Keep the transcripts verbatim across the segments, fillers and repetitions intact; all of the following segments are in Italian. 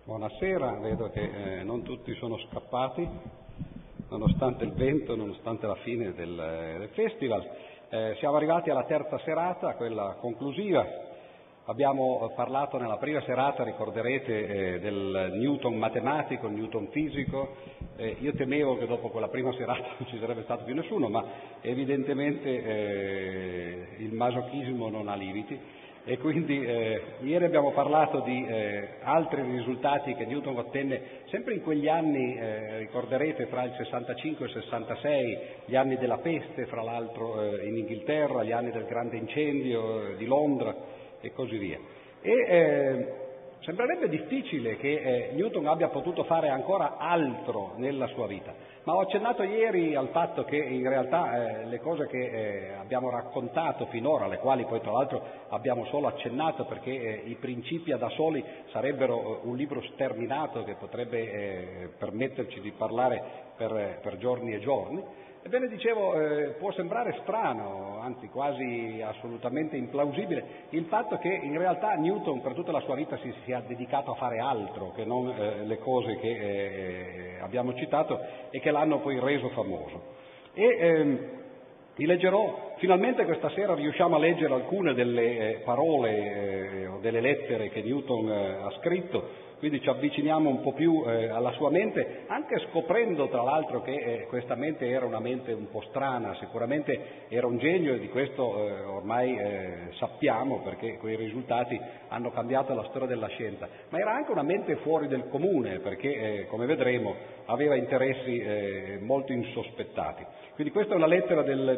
Buonasera, vedo che eh, non tutti sono scappati, nonostante il vento, nonostante la fine del, del festival. Eh, siamo arrivati alla terza serata, quella conclusiva. Abbiamo parlato nella prima serata, ricorderete, eh, del Newton matematico, il Newton fisico. Eh, io temevo che dopo quella prima serata non ci sarebbe stato più nessuno, ma evidentemente eh, il masochismo non ha limiti. E quindi eh, ieri abbiamo parlato di eh, altri risultati che Newton ottenne sempre in quegli anni, eh, ricorderete, tra il sessantacinque e il sessantasei, gli anni della peste, fra l'altro eh, in Inghilterra, gli anni del grande incendio eh, di Londra e così via. E eh, sembrerebbe difficile che eh, Newton abbia potuto fare ancora altro nella sua vita, ma ho accennato ieri al fatto che in realtà eh, le cose che eh, abbiamo raccontato finora, alle quali poi tra l'altro abbiamo solo accennato perché eh, i principia da soli sarebbero eh, un libro sterminato che potrebbe eh, permetterci di parlare per, per giorni e giorni. Ebbene, dicevo, eh, può sembrare strano, anzi quasi assolutamente implausibile, il fatto che in realtà Newton per tutta la sua vita si sia dedicato a fare altro che non eh, le cose che eh, abbiamo citato e che l'hanno poi reso famoso. E ehm, vi leggerò, finalmente questa sera riusciamo a leggere alcune delle eh, parole eh, o delle lettere che Newton eh, ha scritto. Quindi ci avviciniamo un po' più eh, alla sua mente, anche scoprendo tra l'altro che eh, questa mente era una mente un po' strana, sicuramente era un genio e di questo eh, ormai eh, sappiamo perché quei risultati hanno cambiato la storia della scienza, ma era anche una mente fuori del comune perché, eh, come vedremo, aveva interessi eh, molto insospettati. Quindi questa è una lettera del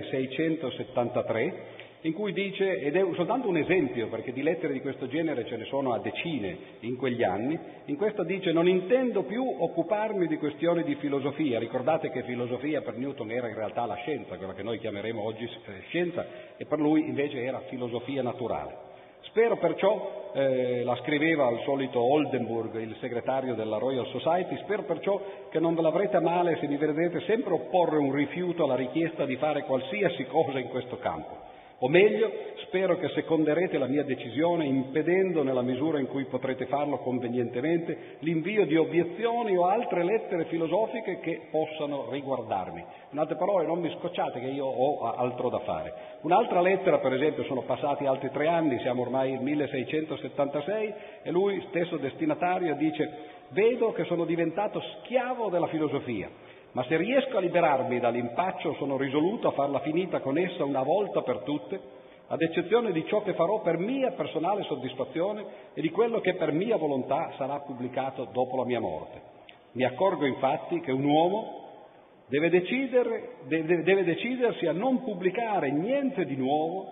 milleseicentosettantatré, in cui dice, ed è soltanto un esempio perché di lettere di questo genere ce ne sono a decine in quegli anni, in questo dice: non intendo più occuparmi di questioni di filosofia. Ricordate che filosofia per Newton era in realtà la scienza, quella che noi chiameremo oggi scienza, e per lui invece era filosofia naturale. Spero perciò, eh, la scriveva al solito Oldenburg, il segretario della Royal Society, spero perciò che non ve l'avrete a male se mi vedrete sempre opporre un rifiuto alla richiesta di fare qualsiasi cosa in questo campo. O meglio, spero che seconderete la mia decisione impedendo, nella misura in cui potrete farlo convenientemente, l'invio di obiezioni o altre lettere filosofiche che possano riguardarmi. In altre parole, non mi scocciate che io ho altro da fare. Un'altra lettera, per esempio, sono passati altri tre anni, siamo ormai nel milleseicentosettantasei, e lui, stesso destinatario, dice: vedo che sono diventato schiavo della filosofia. Ma se riesco a liberarmi dall'impaccio sono risoluto a farla finita con essa una volta per tutte, ad eccezione di ciò che farò per mia personale soddisfazione e di quello che per mia volontà sarà pubblicato dopo la mia morte. Mi accorgo infatti che un uomo deve, decidere, deve, deve decidersi a non pubblicare niente di nuovo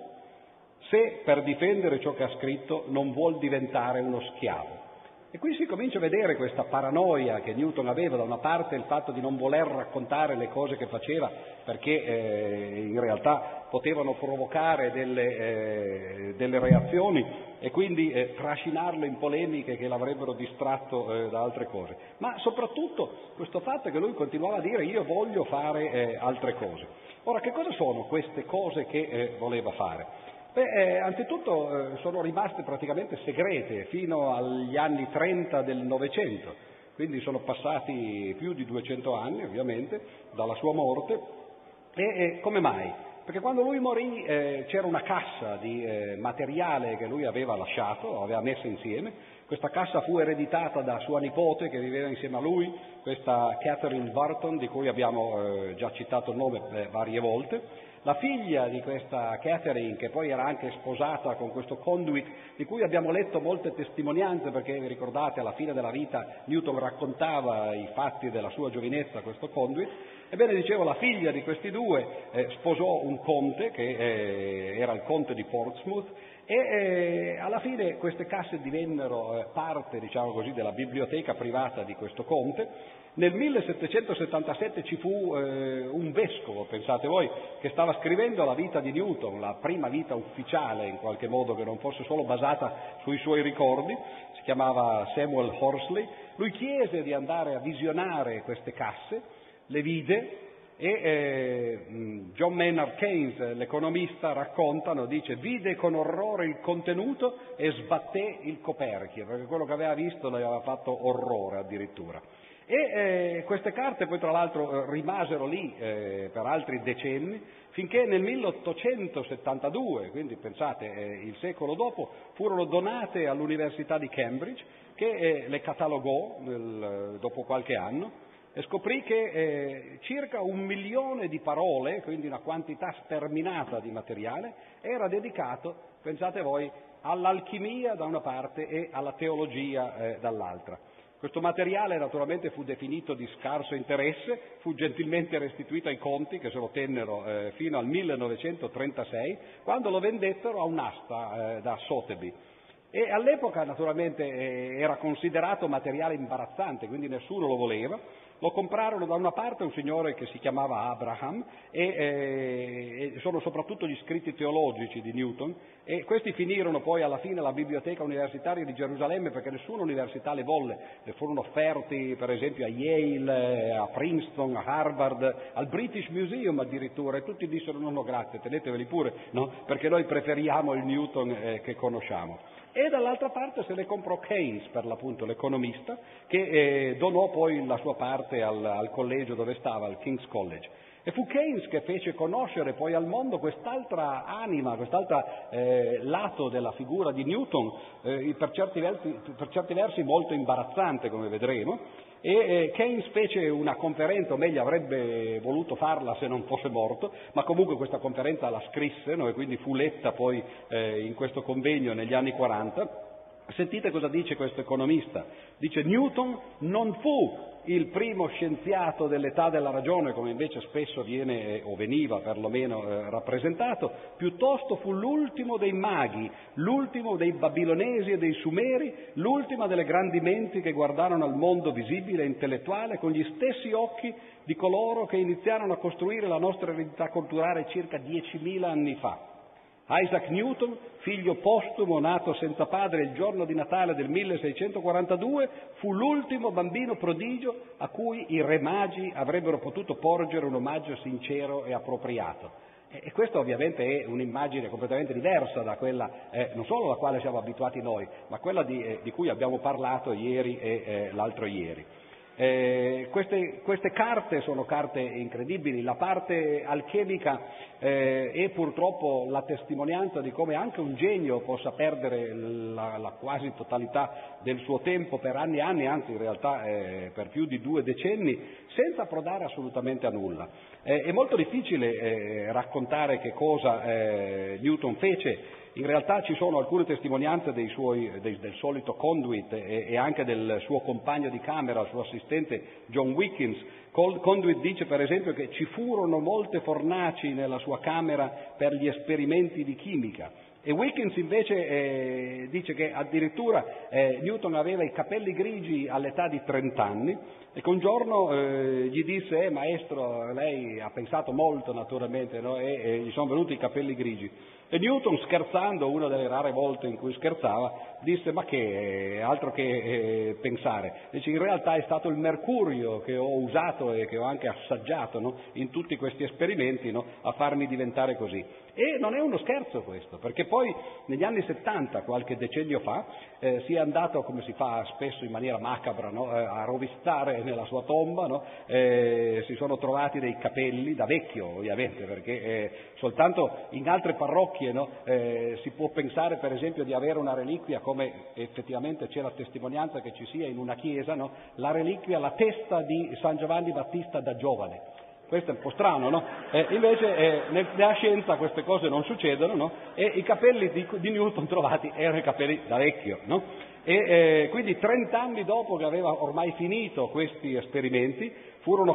se per difendere ciò che ha scritto non vuol diventare uno schiavo. E qui si comincia a vedere questa paranoia che Newton aveva, da una parte il fatto di non voler raccontare le cose che faceva perché eh, in realtà potevano provocare delle, eh, delle reazioni e quindi eh, trascinarlo in polemiche che l'avrebbero distratto eh, da altre cose, ma soprattutto questo fatto che lui continuava a dire: io voglio fare eh, altre cose. Ora, che cosa sono queste cose che eh, voleva fare? Beh, eh, anzitutto eh, sono rimaste praticamente segrete fino agli anni trenta del Novecento, quindi sono passati più di duecento anni ovviamente dalla sua morte. E eh, come mai? Perché quando lui morì eh, c'era una cassa di eh, materiale che lui aveva lasciato, aveva messo insieme. Questa cassa fu ereditata da sua nipote che viveva insieme a lui, questa Catherine Barton, di cui abbiamo eh, già citato il nome eh, varie volte. La figlia di questa Catherine, che poi era anche sposata con questo Conduit, di cui abbiamo letto molte testimonianze, perché vi ricordate alla fine della vita Newton raccontava i fatti della sua giovinezza a questo Conduit. Ebbene, dicevo, la figlia di questi due eh, sposò un conte, che eh, era il conte di Portsmouth, e eh, alla fine queste casse divennero eh, parte, diciamo così, della biblioteca privata di questo conte. Nel millesettecentosettantasette ci fu eh, un vescovo, pensate voi, che stava scrivendo la vita di Newton, la prima vita ufficiale in qualche modo, che non fosse solo basata sui suoi ricordi, si chiamava Samuel Horsley. Lui chiese di andare a visionare queste casse, le vide, e eh, John Maynard Keynes, l'economista, raccontano, dice, vide con orrore il contenuto e sbatté il coperchio, perché quello che aveva visto le aveva fatto orrore addirittura. E eh, queste carte poi tra l'altro eh, rimasero lì eh, per altri decenni, finché nel milleottocentosettantadue, quindi pensate eh, il secolo dopo, furono donate all'Università di Cambridge, che eh, le catalogò nel, dopo qualche anno, e scoprì che eh, circa un milione di parole, quindi una quantità sterminata di materiale, era dedicato, pensate voi, all'alchimia da una parte e alla teologia eh, dall'altra. Questo materiale naturalmente fu definito di scarso interesse, fu gentilmente restituito ai conti, che se lo tennero eh, fino al millenovecentotrentasei, quando lo vendettero a un'asta eh, da Sotheby. E all'epoca naturalmente eh, era considerato materiale imbarazzante, quindi nessuno lo voleva. Lo comprarono da una parte un signore che si chiamava Abraham e, eh, e sono soprattutto gli scritti teologici di Newton, e questi finirono poi alla fine alla biblioteca universitaria di Gerusalemme, perché nessuna università le volle. Le furono offerti per esempio a Yale, a Princeton, a Harvard, al British Museum addirittura, e tutti dissero no no grazie, teneteveli pure, no? Perché noi preferiamo il Newton eh, che conosciamo. E dall'altra parte se le comprò Keynes, per l'appunto l'economista, che eh, donò poi la sua parte al, al collegio dove stava, al King's College. E fu Keynes che fece conoscere poi al mondo quest'altra anima, quest'altro eh, lato della figura di Newton, eh, per, certi versi, per certi versi molto imbarazzante, come vedremo. E eh, Keynes fece una conferenza, o meglio avrebbe voluto farla se non fosse morto, ma comunque questa conferenza la scrisse, no? E quindi fu letta poi eh, in questo convegno negli anni quaranta. Sentite cosa dice questo economista. Dice: Newton non fu il primo scienziato dell'età della ragione, come invece spesso viene o veniva perlomeno eh, rappresentato, piuttosto fu l'ultimo dei maghi, l'ultimo dei babilonesi e dei sumeri, l'ultima delle grandi menti che guardarono al mondo visibile e intellettuale con gli stessi occhi di coloro che iniziarono a costruire la nostra eredità culturale circa diecimila anni fa. Isaac Newton, figlio postumo nato senza padre il giorno di Natale del milleseicentoquarantadue, fu l'ultimo bambino prodigio a cui i re magi avrebbero potuto porgere un omaggio sincero e appropriato. E questa ovviamente è un'immagine completamente diversa da quella, eh, non solo alla quale siamo abituati noi, ma quella di, eh, di cui abbiamo parlato ieri e eh, l'altro ieri. Eh, queste, queste carte sono carte incredibili, la parte alchemica eh, è purtroppo la testimonianza di come anche un genio possa perdere la, la quasi totalità del suo tempo per anni e anni, anzi in realtà eh, per più di due decenni, senza approdare assolutamente a nulla. Eh, è molto difficile eh, raccontare che cosa eh, Newton fece. In realtà ci sono alcune testimonianze dei suoi, dei, del solito Conduit e, e anche del suo compagno di camera, il suo assistente John Wilkins. Conduit dice per esempio che ci furono molte fornaci nella sua camera per gli esperimenti di chimica. E Wilkins invece eh, dice che addirittura eh, Newton aveva i capelli grigi all'età di trent'anni e che un giorno eh, gli disse eh, maestro, lei ha pensato molto naturalmente, no? e, e gli sono venuti i capelli grigi. E Newton, scherzando, una delle rare volte in cui scherzava, disse ma che, altro che eh, pensare. Dice in realtà è stato il mercurio che ho usato e che ho anche assaggiato, no? in tutti questi esperimenti, no? a farmi diventare così. E non è uno scherzo questo, perché poi negli anni settanta, qualche decennio fa, eh, si è andato, come si fa spesso in maniera macabra, no? eh, a rovistare nella sua tomba, no? eh, si sono trovati dei capelli, da vecchio ovviamente, perché eh, soltanto in altre parrocchie no? eh, si può pensare per esempio di avere una reliquia, come effettivamente c'è la testimonianza che ci sia in una chiesa, no? la reliquia, la testa di San Giovanni Battista da giovane. Questo è un po' strano, no? Eh, invece eh, nella scienza queste cose non succedono, no? E i capelli di, di Newton trovati erano i capelli da vecchio, no? E eh, quindi trent'anni dopo che aveva ormai finito questi esperimenti, furono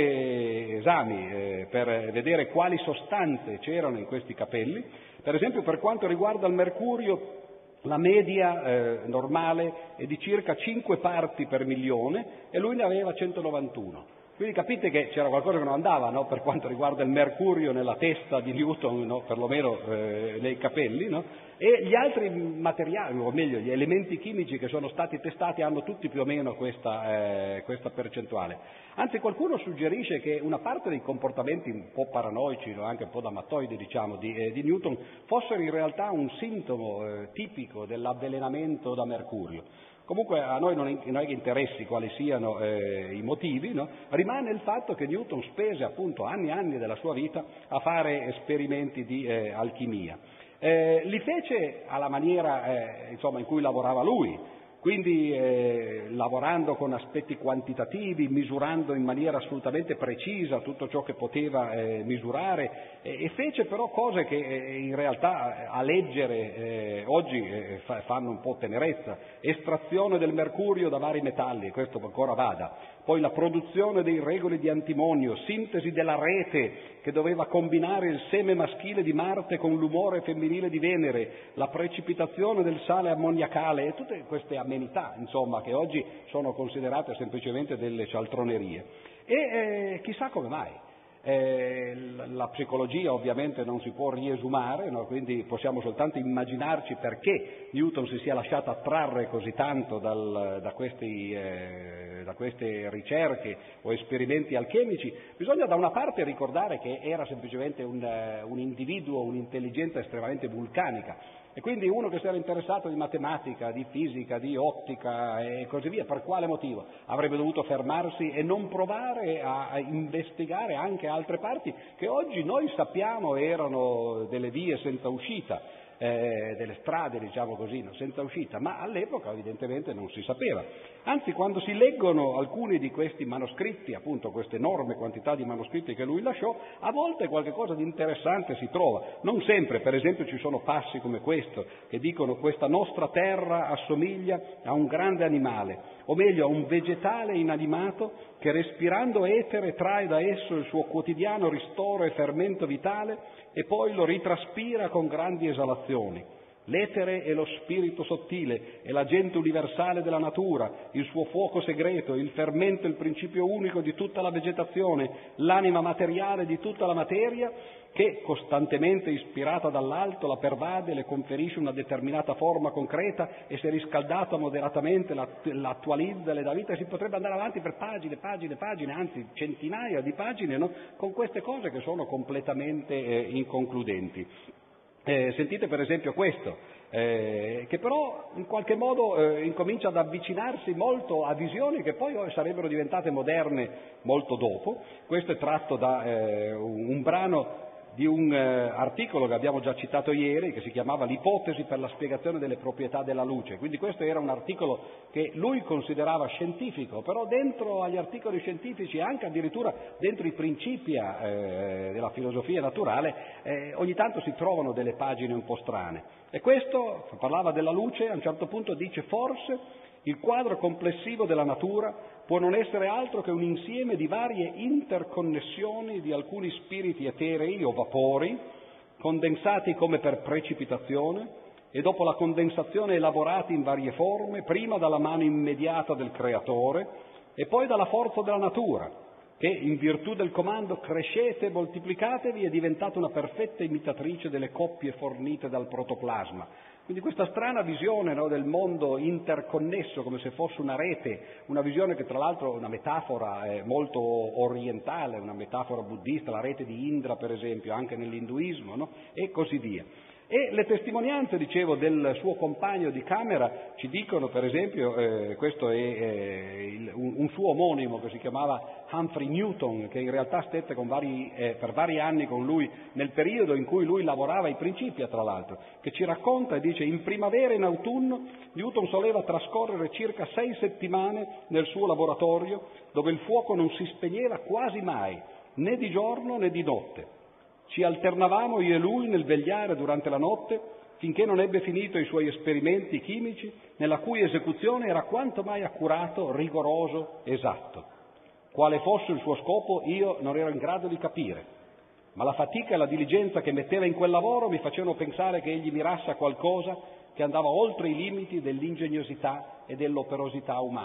fatti esami eh, per vedere quali sostanze c'erano in questi capelli. Per esempio, per quanto riguarda il mercurio, la media eh, normale è di circa cinque parti per milione e lui ne aveva centonovantuno. Quindi capite che c'era qualcosa che non andava, no? per quanto riguarda il mercurio nella testa di Newton, no? perlomeno eh, nei capelli, no? E gli altri materiali, o meglio gli elementi chimici che sono stati testati hanno tutti più o meno questa, eh, questa percentuale. Anzi, qualcuno suggerisce che una parte dei comportamenti un po' paranoici, o anche un po' damattoidi, diciamo, di, eh, di Newton fossero in realtà un sintomo eh, tipico dell'avvelenamento da mercurio. Comunque a noi non è, non è che interessi quali siano eh, i motivi, no? Rimane il fatto che Newton spese appunto anni e anni della sua vita a fare esperimenti di eh, alchimia. Eh, li fece alla maniera eh, insomma, in cui lavorava lui, quindi eh, lavorando con aspetti quantitativi, misurando in maniera assolutamente precisa tutto ciò che poteva eh, misurare, eh, e fece però cose che eh, in realtà a leggere eh, oggi eh, fa, fanno un po' tenerezza: estrazione del mercurio da vari metalli, e questo ancora vada, poi la produzione dei regoli di antimonio, sintesi della rete che doveva combinare il seme maschile di Marte con l'umore femminile di Venere, la precipitazione del sale ammoniacale e tutte queste amenità, insomma, che oggi sono considerate semplicemente delle cialtronerie. E eh, chissà come mai. Eh, la psicologia ovviamente non si può riesumare, no? Quindi possiamo soltanto immaginarci perché Newton si sia lasciato attrarre così tanto dal, da, questi, eh, da queste ricerche o esperimenti alchemici. Bisogna da una parte ricordare che era semplicemente un, un individuo, un'intelligenza estremamente vulcanica, e quindi uno che si era interessato di matematica, di fisica, di ottica e così via. Per quale motivo? Avrebbe dovuto fermarsi e non provare a, a investigare anche altre parti che oggi noi sappiamo erano delle vie senza uscita, eh, delle strade, diciamo così, no? senza uscita, ma all'epoca evidentemente non si sapeva. Anzi, quando si leggono alcuni di questi manoscritti, appunto queste enorme quantità di manoscritti che lui lasciò, a volte qualche cosa di interessante si trova. Non sempre, per esempio ci sono passi come questo che dicono: questa nostra terra assomiglia a un grande animale, o meglio a un vegetale inanimato che respirando etere trae da esso il suo quotidiano ristoro e fermento vitale e poi lo ritraspira con grandi esalazioni. L'etere è lo spirito sottile, è l'agente universale della natura, il suo fuoco segreto, il fermento, il principio unico di tutta la vegetazione, l'anima materiale di tutta la materia, che, costantemente ispirata dall'alto, la pervade, le conferisce una determinata forma concreta e, se riscaldata moderatamente, l'attualizza, le dà vita. E si potrebbe andare avanti per pagine, pagine, pagine, anzi centinaia di pagine, no? Con queste cose che sono completamente eh, inconcludenti. Eh, sentite per esempio questo, eh, che però in qualche modo eh, incomincia ad avvicinarsi molto a visioni che poi sarebbero diventate moderne molto dopo. Questo è tratto da eh, un, un brano di un eh, articolo che abbiamo già citato ieri, che si chiamava L'ipotesi per la spiegazione delle proprietà della luce. Quindi questo era un articolo che lui considerava scientifico, però dentro agli articoli scientifici, anche addirittura dentro i principia eh, della filosofia naturale, eh, ogni tanto si trovano delle pagine un po' strane. E questo parlava della luce, a un certo punto dice: forse il quadro complessivo della natura può non essere altro che un insieme di varie interconnessioni di alcuni spiriti eterei o vapori, condensati come per precipitazione e dopo la condensazione elaborati in varie forme, prima dalla mano immediata del creatore e poi dalla forza della natura, che in virtù del comando crescete e moltiplicatevi è diventata una perfetta imitatrice delle coppie fornite dal protoplasma. Quindi questa strana visione, no, del mondo interconnesso come se fosse una rete, una visione che tra l'altro è una metafora eh, molto orientale, una metafora buddista, la rete di Indra per esempio, anche nell'induismo, no? E così via. E le testimonianze, dicevo, del suo compagno di camera ci dicono, per esempio, eh, questo è eh, il, un, un suo omonimo che si chiamava Humphrey Newton, che in realtà stette con vari, eh, per vari anni con lui nel periodo in cui lui lavorava ai Principia, tra l'altro, che ci racconta e dice: in primavera e in autunno Newton soleva trascorrere circa sei settimane nel suo laboratorio, dove il fuoco non si spegneva quasi mai, né di giorno né di notte. Ci alternavamo io e lui nel vegliare durante la notte finché non ebbe finito i suoi esperimenti chimici, nella cui esecuzione era quanto mai accurato, rigoroso, esatto. Quale fosse il suo scopo io non ero in grado di capire, ma la fatica e la diligenza che metteva in quel lavoro mi facevano pensare che egli mirasse a qualcosa che andava oltre i limiti dell'ingegnosità e dell'operosità umana.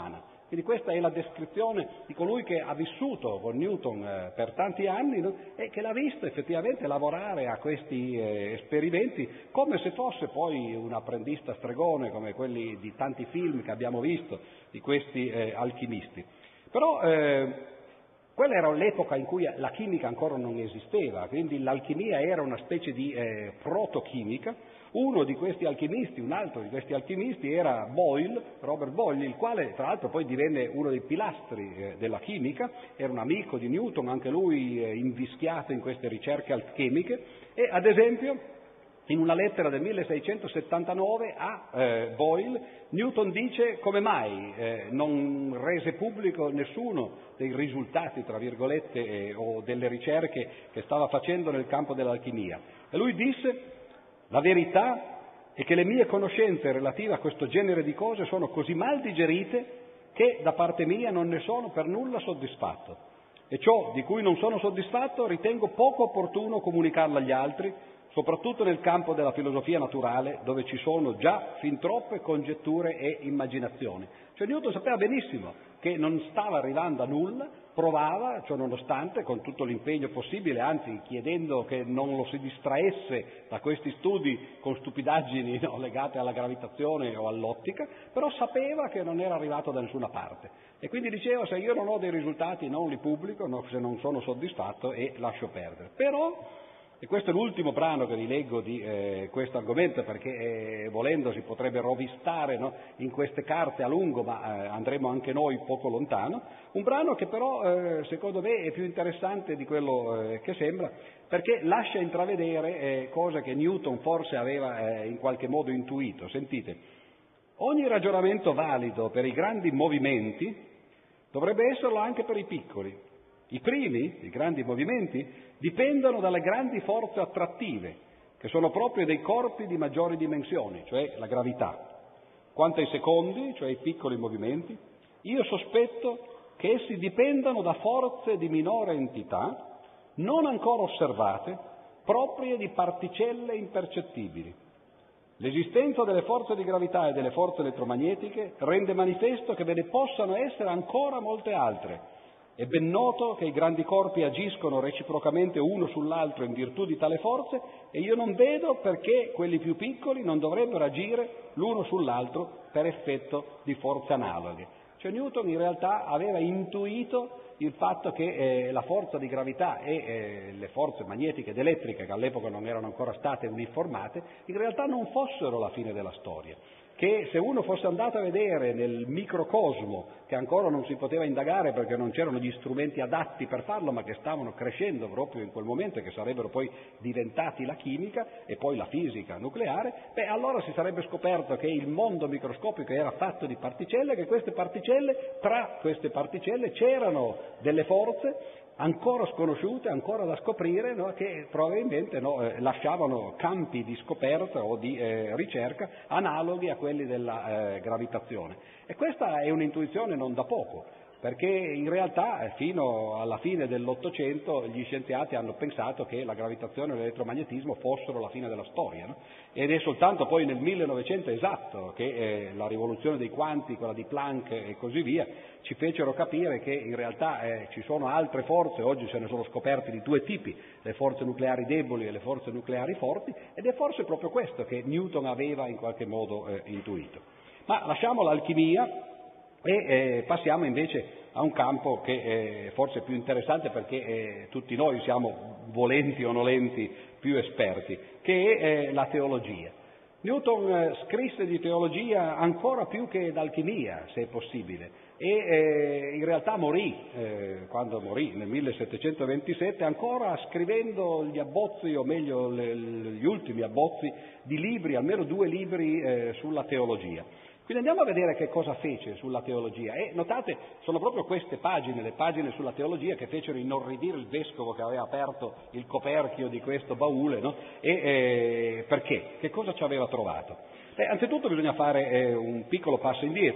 Quindi questa è la descrizione di colui che ha vissuto con Newton eh, per tanti anni, no? E che l'ha visto effettivamente lavorare a questi eh, esperimenti come se fosse poi un apprendista stregone, come quelli di tanti film che abbiamo visto, di questi eh, alchimisti. Però eh, quella era l'epoca in cui la chimica ancora non esisteva, quindi l'alchimia era una specie di eh, protochimica. Uno di questi alchimisti, un altro di questi alchimisti era Boyle, Robert Boyle, il quale tra l'altro poi divenne uno dei pilastri eh, della chimica, era un amico di Newton, anche lui eh, invischiato in queste ricerche alchemiche, e ad esempio in una lettera del milleseicentosettantanove a eh, Boyle Newton dice come mai eh, non rese pubblico nessuno dei risultati, tra virgolette, eh, o delle ricerche che stava facendo nel campo dell'alchimia. E lui disse: la verità è che le mie conoscenze relative a questo genere di cose sono così mal digerite che da parte mia non ne sono per nulla soddisfatto, e ciò di cui non sono soddisfatto ritengo poco opportuno comunicarlo agli altri, soprattutto nel campo della filosofia naturale, dove ci sono già fin troppe congetture e immaginazioni. Cioè Newton sapeva benissimo che non stava arrivando a nulla, provava, ciò nonostante, con tutto l'impegno possibile, anzi chiedendo che non lo si distraesse da questi studi con stupidaggini no, legate alla gravitazione o all'ottica, però sapeva che non era arrivato da nessuna parte. E quindi diceva: se io non ho dei risultati non li pubblico, no, se non sono soddisfatto, e lascio perdere. Però, e questo è l'ultimo brano che vi leggo di eh, questo argomento, perché eh, volendo si potrebbe rovistare no, in queste carte a lungo, ma eh, andremo anche noi poco lontano, un brano che però eh, secondo me è più interessante di quello eh, che sembra, perché lascia intravedere eh, cose che Newton forse aveva eh, in qualche modo intuito. Sentite: ogni ragionamento valido per i grandi movimenti dovrebbe esserlo anche per i piccoli. I primi, i grandi movimenti, dipendono dalle grandi forze attrattive, che sono proprio dei corpi di maggiori dimensioni, cioè la gravità. Quanto ai secondi, cioè i piccoli movimenti, io sospetto che essi dipendano da forze di minore entità, non ancora osservate, proprie di particelle impercettibili. L'esistenza delle forze di gravità e delle forze elettromagnetiche rende manifesto che ve ne possano essere ancora molte altre. È ben noto che i grandi corpi agiscono reciprocamente uno sull'altro in virtù di tale forze, e io non vedo perché quelli più piccoli non dovrebbero agire l'uno sull'altro per effetto di forze analoghe. Cioè Newton in realtà aveva intuito il fatto che eh, la forza di gravità e eh, le forze magnetiche ed elettriche, che all'epoca non erano ancora state uniformate, in realtà non fossero la fine della storia. Che se uno fosse andato a vedere nel microcosmo, che ancora non si poteva indagare perché non c'erano gli strumenti adatti per farlo, ma che stavano crescendo proprio in quel momento e che sarebbero poi diventati la chimica e poi la fisica nucleare, beh allora si sarebbe scoperto che il mondo microscopico era fatto di particelle, che queste particelle, tra queste particelle c'erano delle forze ancora sconosciute, ancora da scoprire, no, che probabilmente no, eh, lasciavano campi di scoperta o di eh, ricerca analoghi a quelli della eh, gravitazione. E questa è un'intuizione non da poco, perché in realtà eh, fino alla fine dell'Ottocento gli scienziati hanno pensato che la gravitazione e l'elettromagnetismo fossero la fine della storia, no? Ed è soltanto poi nel millenovecento esatto che eh, la rivoluzione dei quanti, quella di Planck e così via, ci fecero capire che in realtà eh, ci sono altre forze. Oggi se ne sono scoperti di due tipi, le forze nucleari deboli e le forze nucleari forti, ed è forse proprio questo che Newton aveva in qualche modo eh, intuito. Ma lasciamo l'alchimia e eh, passiamo invece a un campo che è forse più interessante, perché eh, tutti noi siamo, volenti o nolenti, più esperti, che è eh, la teologia. Newton eh, scrisse di teologia ancora più che d'alchimia, se è possibile, e eh, in realtà morì, eh, quando morì nel millesettecentoventisette, ancora scrivendo gli abbozzi, o meglio le, gli ultimi abbozzi di libri, almeno due libri eh, sulla teologia. Quindi andiamo a vedere che cosa fece sulla teologia, e notate, sono proprio queste pagine, le pagine sulla teologia, che fecero inorridire il vescovo che aveva aperto il coperchio di questo baule, no? E eh, perché? Che cosa ci aveva trovato? Beh, anzitutto bisogna fare eh, un piccolo passo indietro.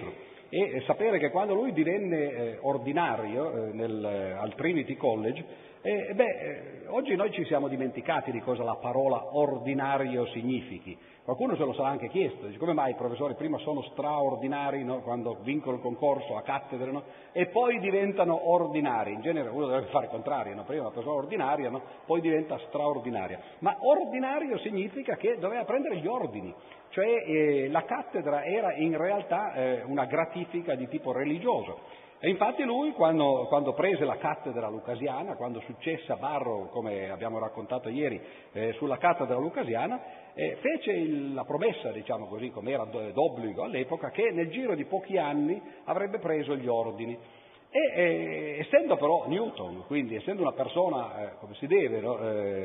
e eh, sapere che quando lui divenne eh, ordinario eh, nel, eh, al Trinity College, eh, beh, eh, oggi noi ci siamo dimenticati di cosa la parola ordinario significhi. Qualcuno se lo sarà anche chiesto, dice come mai i professori prima sono straordinari, no? Quando vincono il concorso a cattedra, no? E poi diventano ordinari. In genere uno dovrebbe fare il contrario, no? Prima una persona ordinaria, no? Poi diventa straordinaria. Ma ordinario significa che doveva prendere gli ordini, cioè eh, la cattedra era in realtà eh, una gratifica di tipo religioso. E infatti lui, quando, quando prese la cattedra lucasiana, quando successe a Barro, come abbiamo raccontato ieri, eh, sulla cattedra lucasiana, eh, fece il, la promessa, diciamo così, come era d'obbligo all'epoca, che nel giro di pochi anni avrebbe preso gli ordini. E eh, essendo però Newton, quindi essendo una persona eh, come si deve, no,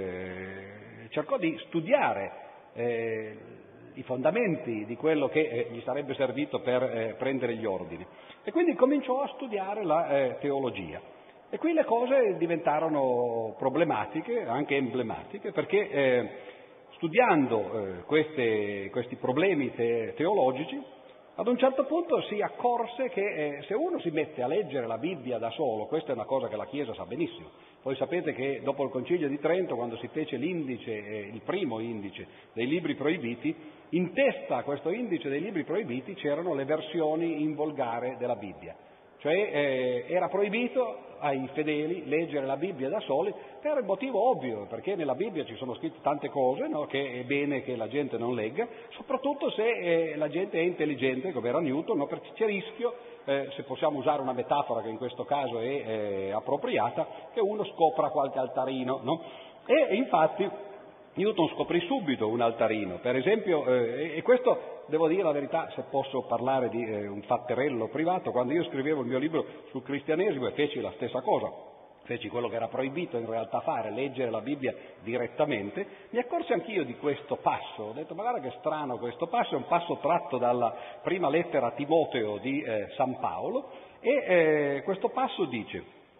eh, cercò di studiare eh, i fondamenti di quello che eh, gli sarebbe servito per eh, prendere gli ordini. E quindi cominciò a studiare la eh, teologia. E qui le cose diventarono problematiche, anche emblematiche, perché eh, studiando eh, queste, questi problemi te- teologici, ad un certo punto si accorse che eh, se uno si mette a leggere la Bibbia da solo, questa è una cosa che la Chiesa sa benissimo. Voi sapete che dopo il Concilio di Trento, quando si fece l'indice, eh, il primo indice dei libri proibiti, in testa a questo indice dei libri proibiti c'erano le versioni in volgare della Bibbia. Cioè eh, era proibito ai fedeli leggere la Bibbia da soli per il motivo ovvio, perché nella Bibbia ci sono scritte tante cose, no, che è bene che la gente non legga, soprattutto se eh, la gente è intelligente, come era Newton, no, perché c'è rischio, eh, se possiamo usare una metafora che in questo caso è eh, appropriata, che uno scopra qualche altarino. No? E infatti Newton scoprì subito un altarino, per esempio, eh, e questo devo dire la verità, se posso parlare di eh, un fatterello privato, quando io scrivevo il mio libro sul cristianesimo e feci la stessa cosa, feci quello che era proibito in realtà fare, leggere la Bibbia direttamente, mi accorsi anch'io di questo passo, ho detto ma guarda che strano questo passo, è un passo tratto dalla prima lettera a Timoteo di eh, San Paolo, e eh, questo passo dice,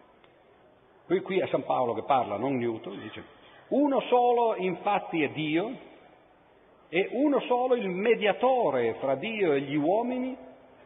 qui, qui è San Paolo che parla, non Newton, dice: uno solo infatti è Dio, e uno solo il mediatore fra Dio e gli uomini,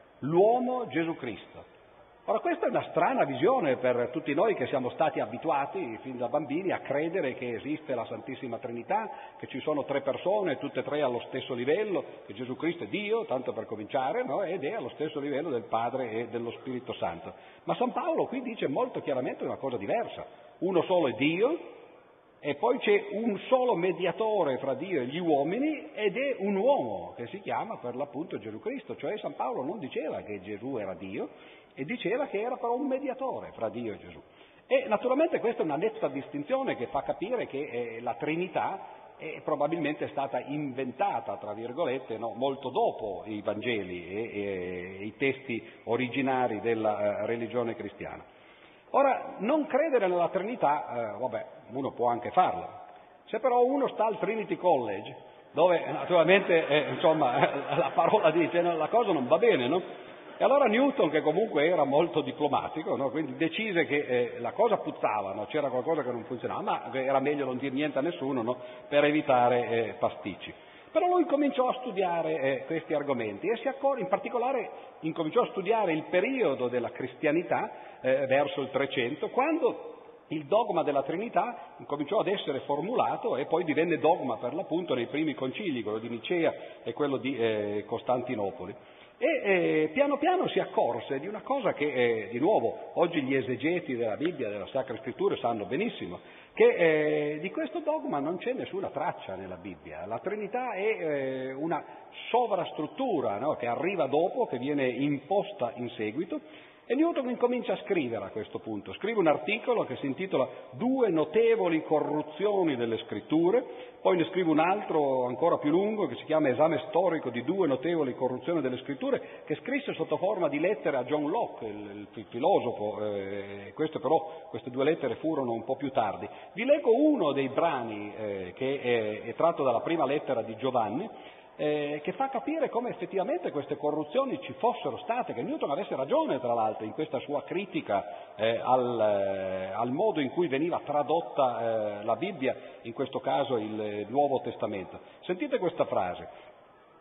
l'uomo Gesù Cristo. Ora questa è una strana visione per tutti noi che siamo stati abituati fin da bambini a credere che esiste la Santissima Trinità, che ci sono tre persone, tutte e tre allo stesso livello, che Gesù Cristo è Dio, tanto per cominciare, no? Ed è allo stesso livello del Padre e dello Spirito Santo. Ma San Paolo qui dice molto chiaramente una cosa diversa: uno solo è Dio, e poi c'è un solo mediatore fra Dio e gli uomini, ed è un uomo che si chiama per l'appunto Gesù Cristo. Cioè San Paolo non diceva che Gesù era Dio, e diceva che era però un mediatore fra Dio e Gesù. E naturalmente questa è una netta distinzione che fa capire che eh, la Trinità è probabilmente stata inventata, tra virgolette, no, molto dopo i Vangeli e, e, e i testi originari della eh, religione cristiana. Ora, non credere nella Trinità, eh, vabbè, uno può anche farlo. Se però uno sta al Trinity College, dove naturalmente, eh, insomma, la parola dice, no, la cosa non va bene, no? E allora Newton, che comunque era molto diplomatico, no? Quindi decise che eh, la cosa puzzava, no? C'era qualcosa che non funzionava, ma era meglio non dire niente a nessuno, no? Per evitare eh, pasticci. Però lui cominciò a studiare eh, questi argomenti e si accorse, in particolare incominciò a studiare il periodo della cristianità eh, verso il trecento, quando il dogma della Trinità incominciò ad essere formulato e poi divenne dogma per l'appunto nei primi concili, quello di Nicea e quello di eh, Costantinopoli. E eh, piano piano si accorse di una cosa che, eh, di nuovo, oggi gli esegeti della Bibbia, della Sacra Scrittura sanno benissimo, che eh, di questo dogma non c'è nessuna traccia nella Bibbia. La Trinità è eh, una sovrastruttura, no? Che arriva dopo, che viene imposta in seguito. E Newton incomincia a scrivere a questo punto, scrive un articolo che si intitola Due notevoli corruzioni delle scritture, poi ne scrive un altro ancora più lungo che si chiama Esame storico di due notevoli corruzioni delle scritture, che scrisse sotto forma di lettere a John Locke, il, il filosofo, eh, queste però, queste due lettere furono un po' più tardi. Vi leggo uno dei brani eh, che è, è tratto dalla prima lettera di Giovanni, Eh, che fa capire come effettivamente queste corruzioni ci fossero state, che Newton avesse ragione tra l'altro in questa sua critica eh, al, eh, al modo in cui veniva tradotta eh, la Bibbia, in questo caso il Nuovo Testamento. Sentite questa frase: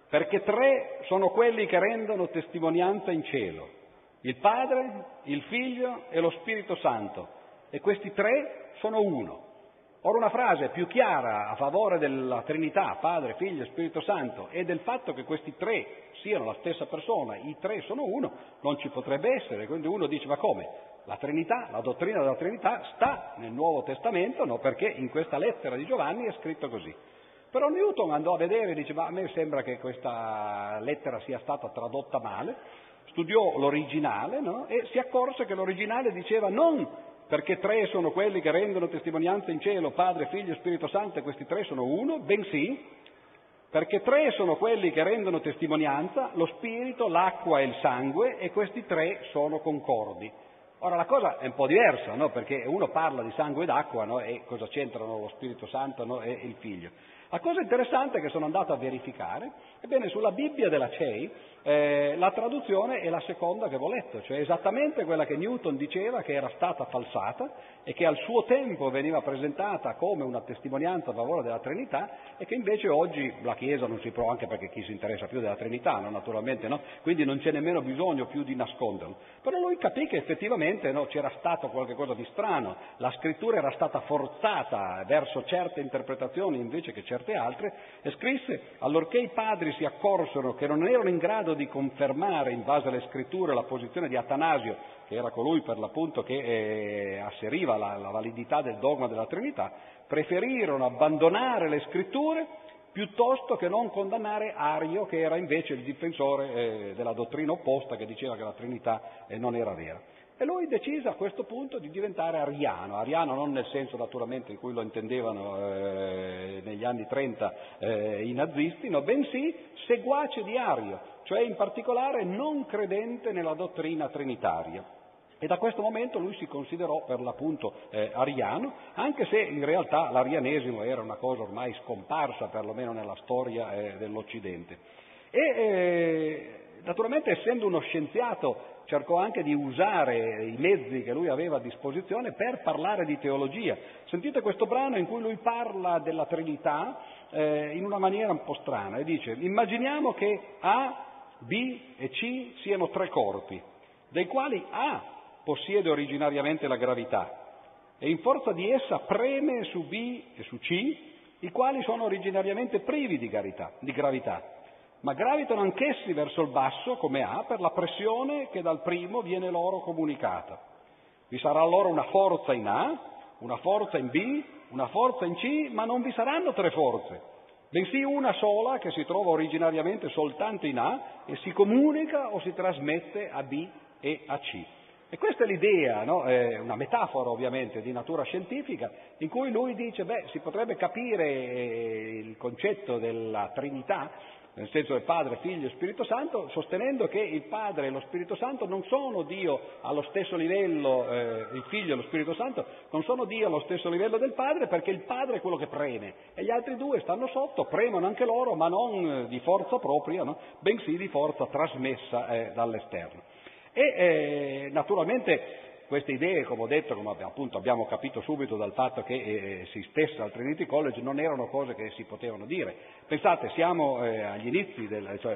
perché tre sono quelli che rendono testimonianza in cielo, il Padre, il Figlio e lo Spirito Santo, e questi tre sono uno. Ora, una frase più chiara a favore della Trinità, Padre, Figlio e Spirito Santo, e del fatto che questi tre siano la stessa persona, i tre sono uno, non ci potrebbe essere. Quindi uno dice: ma come? La Trinità, la dottrina della Trinità sta nel Nuovo Testamento, no? Perché in questa lettera di Giovanni è scritto così. Però Newton andò a vedere e dice: ma a me sembra che questa lettera sia stata tradotta male, studiò l'originale, no? E si accorse che l'originale diceva non perché tre sono quelli che rendono testimonianza in cielo, Padre, Figlio e Spirito Santo, e questi tre sono uno, bensì perché tre sono quelli che rendono testimonianza, lo Spirito, l'acqua e il sangue, e questi tre sono concordi. Ora, la cosa è un po' diversa, no? Perché uno parla di sangue ed acqua, no? E cosa c'entrano lo Spirito Santo, no? E il Figlio. La cosa interessante è che sono andato a verificare, ebbene, sulla Bibbia della C E I eh, la traduzione è la seconda che avevo letto, cioè esattamente quella che Newton diceva che era stata falsata e che al suo tempo veniva presentata come una testimonianza a favore della Trinità, e che invece oggi la Chiesa non si prova, anche perché chi si interessa più della Trinità, no? Naturalmente, no? Quindi non c'è nemmeno bisogno più di nasconderlo. Però lui capì che effettivamente, no, c'era stato qualcosa di strano, la scrittura era stata forzata verso certe interpretazioni invece che certe altre, e scrisse: allorché i padri si accorsero che non erano in grado di confermare in base alle scritture la posizione di Atanasio, che era colui per l'appunto che eh, asseriva la, la validità del dogma della Trinità, preferirono abbandonare le scritture piuttosto che non condannare Ario, che era invece il difensore eh, della dottrina opposta, che diceva che la Trinità eh, non era vera. E lui decise a questo punto di diventare ariano, ariano non nel senso naturalmente in cui lo intendevano eh, negli anni trenta eh, i nazisti, no, bensì seguace di Ario, cioè in particolare non credente nella dottrina trinitaria. E da questo momento lui si considerò per l'appunto eh, ariano, anche se in realtà l'arianesimo era una cosa ormai scomparsa, perlomeno nella storia eh, dell'Occidente. E eh, naturalmente, essendo uno scienziato, cercò anche di usare i mezzi che lui aveva a disposizione per parlare di teologia. Sentite questo brano in cui lui parla della Trinità eh, in una maniera un po' strana, e dice: immaginiamo che A, B e C siano tre corpi, dei quali A possiede originariamente la gravità e in forza di essa preme su B e su C, i quali sono originariamente privi di gravità, di gravità, ma gravitano anch'essi verso il basso come A per la pressione che dal primo viene loro comunicata. Vi sarà allora una forza in A, una forza in B, una forza in C, ma non vi saranno tre forze, bensì una sola che si trova originariamente soltanto in A e si comunica o si trasmette a B e a C. E questa è l'idea, no? È una metafora ovviamente di natura scientifica, in cui lui dice: beh, si potrebbe capire il concetto della Trinità, nel senso del Padre, Figlio e Spirito Santo, sostenendo che il Padre e lo Spirito Santo non sono Dio allo stesso livello, eh, il Figlio e lo Spirito Santo non sono Dio allo stesso livello del Padre, perché il Padre è quello che preme e gli altri due stanno sotto, premono anche loro, ma non di forza propria, no? Bensì di forza trasmessa eh, dall'esterno. E eh, naturalmente queste idee, come ho detto, come appunto abbiamo capito subito dal fatto che eh, si stessa al Trinity College, non erano cose che si potevano dire. Pensate, siamo eh, agli inizi del cioè,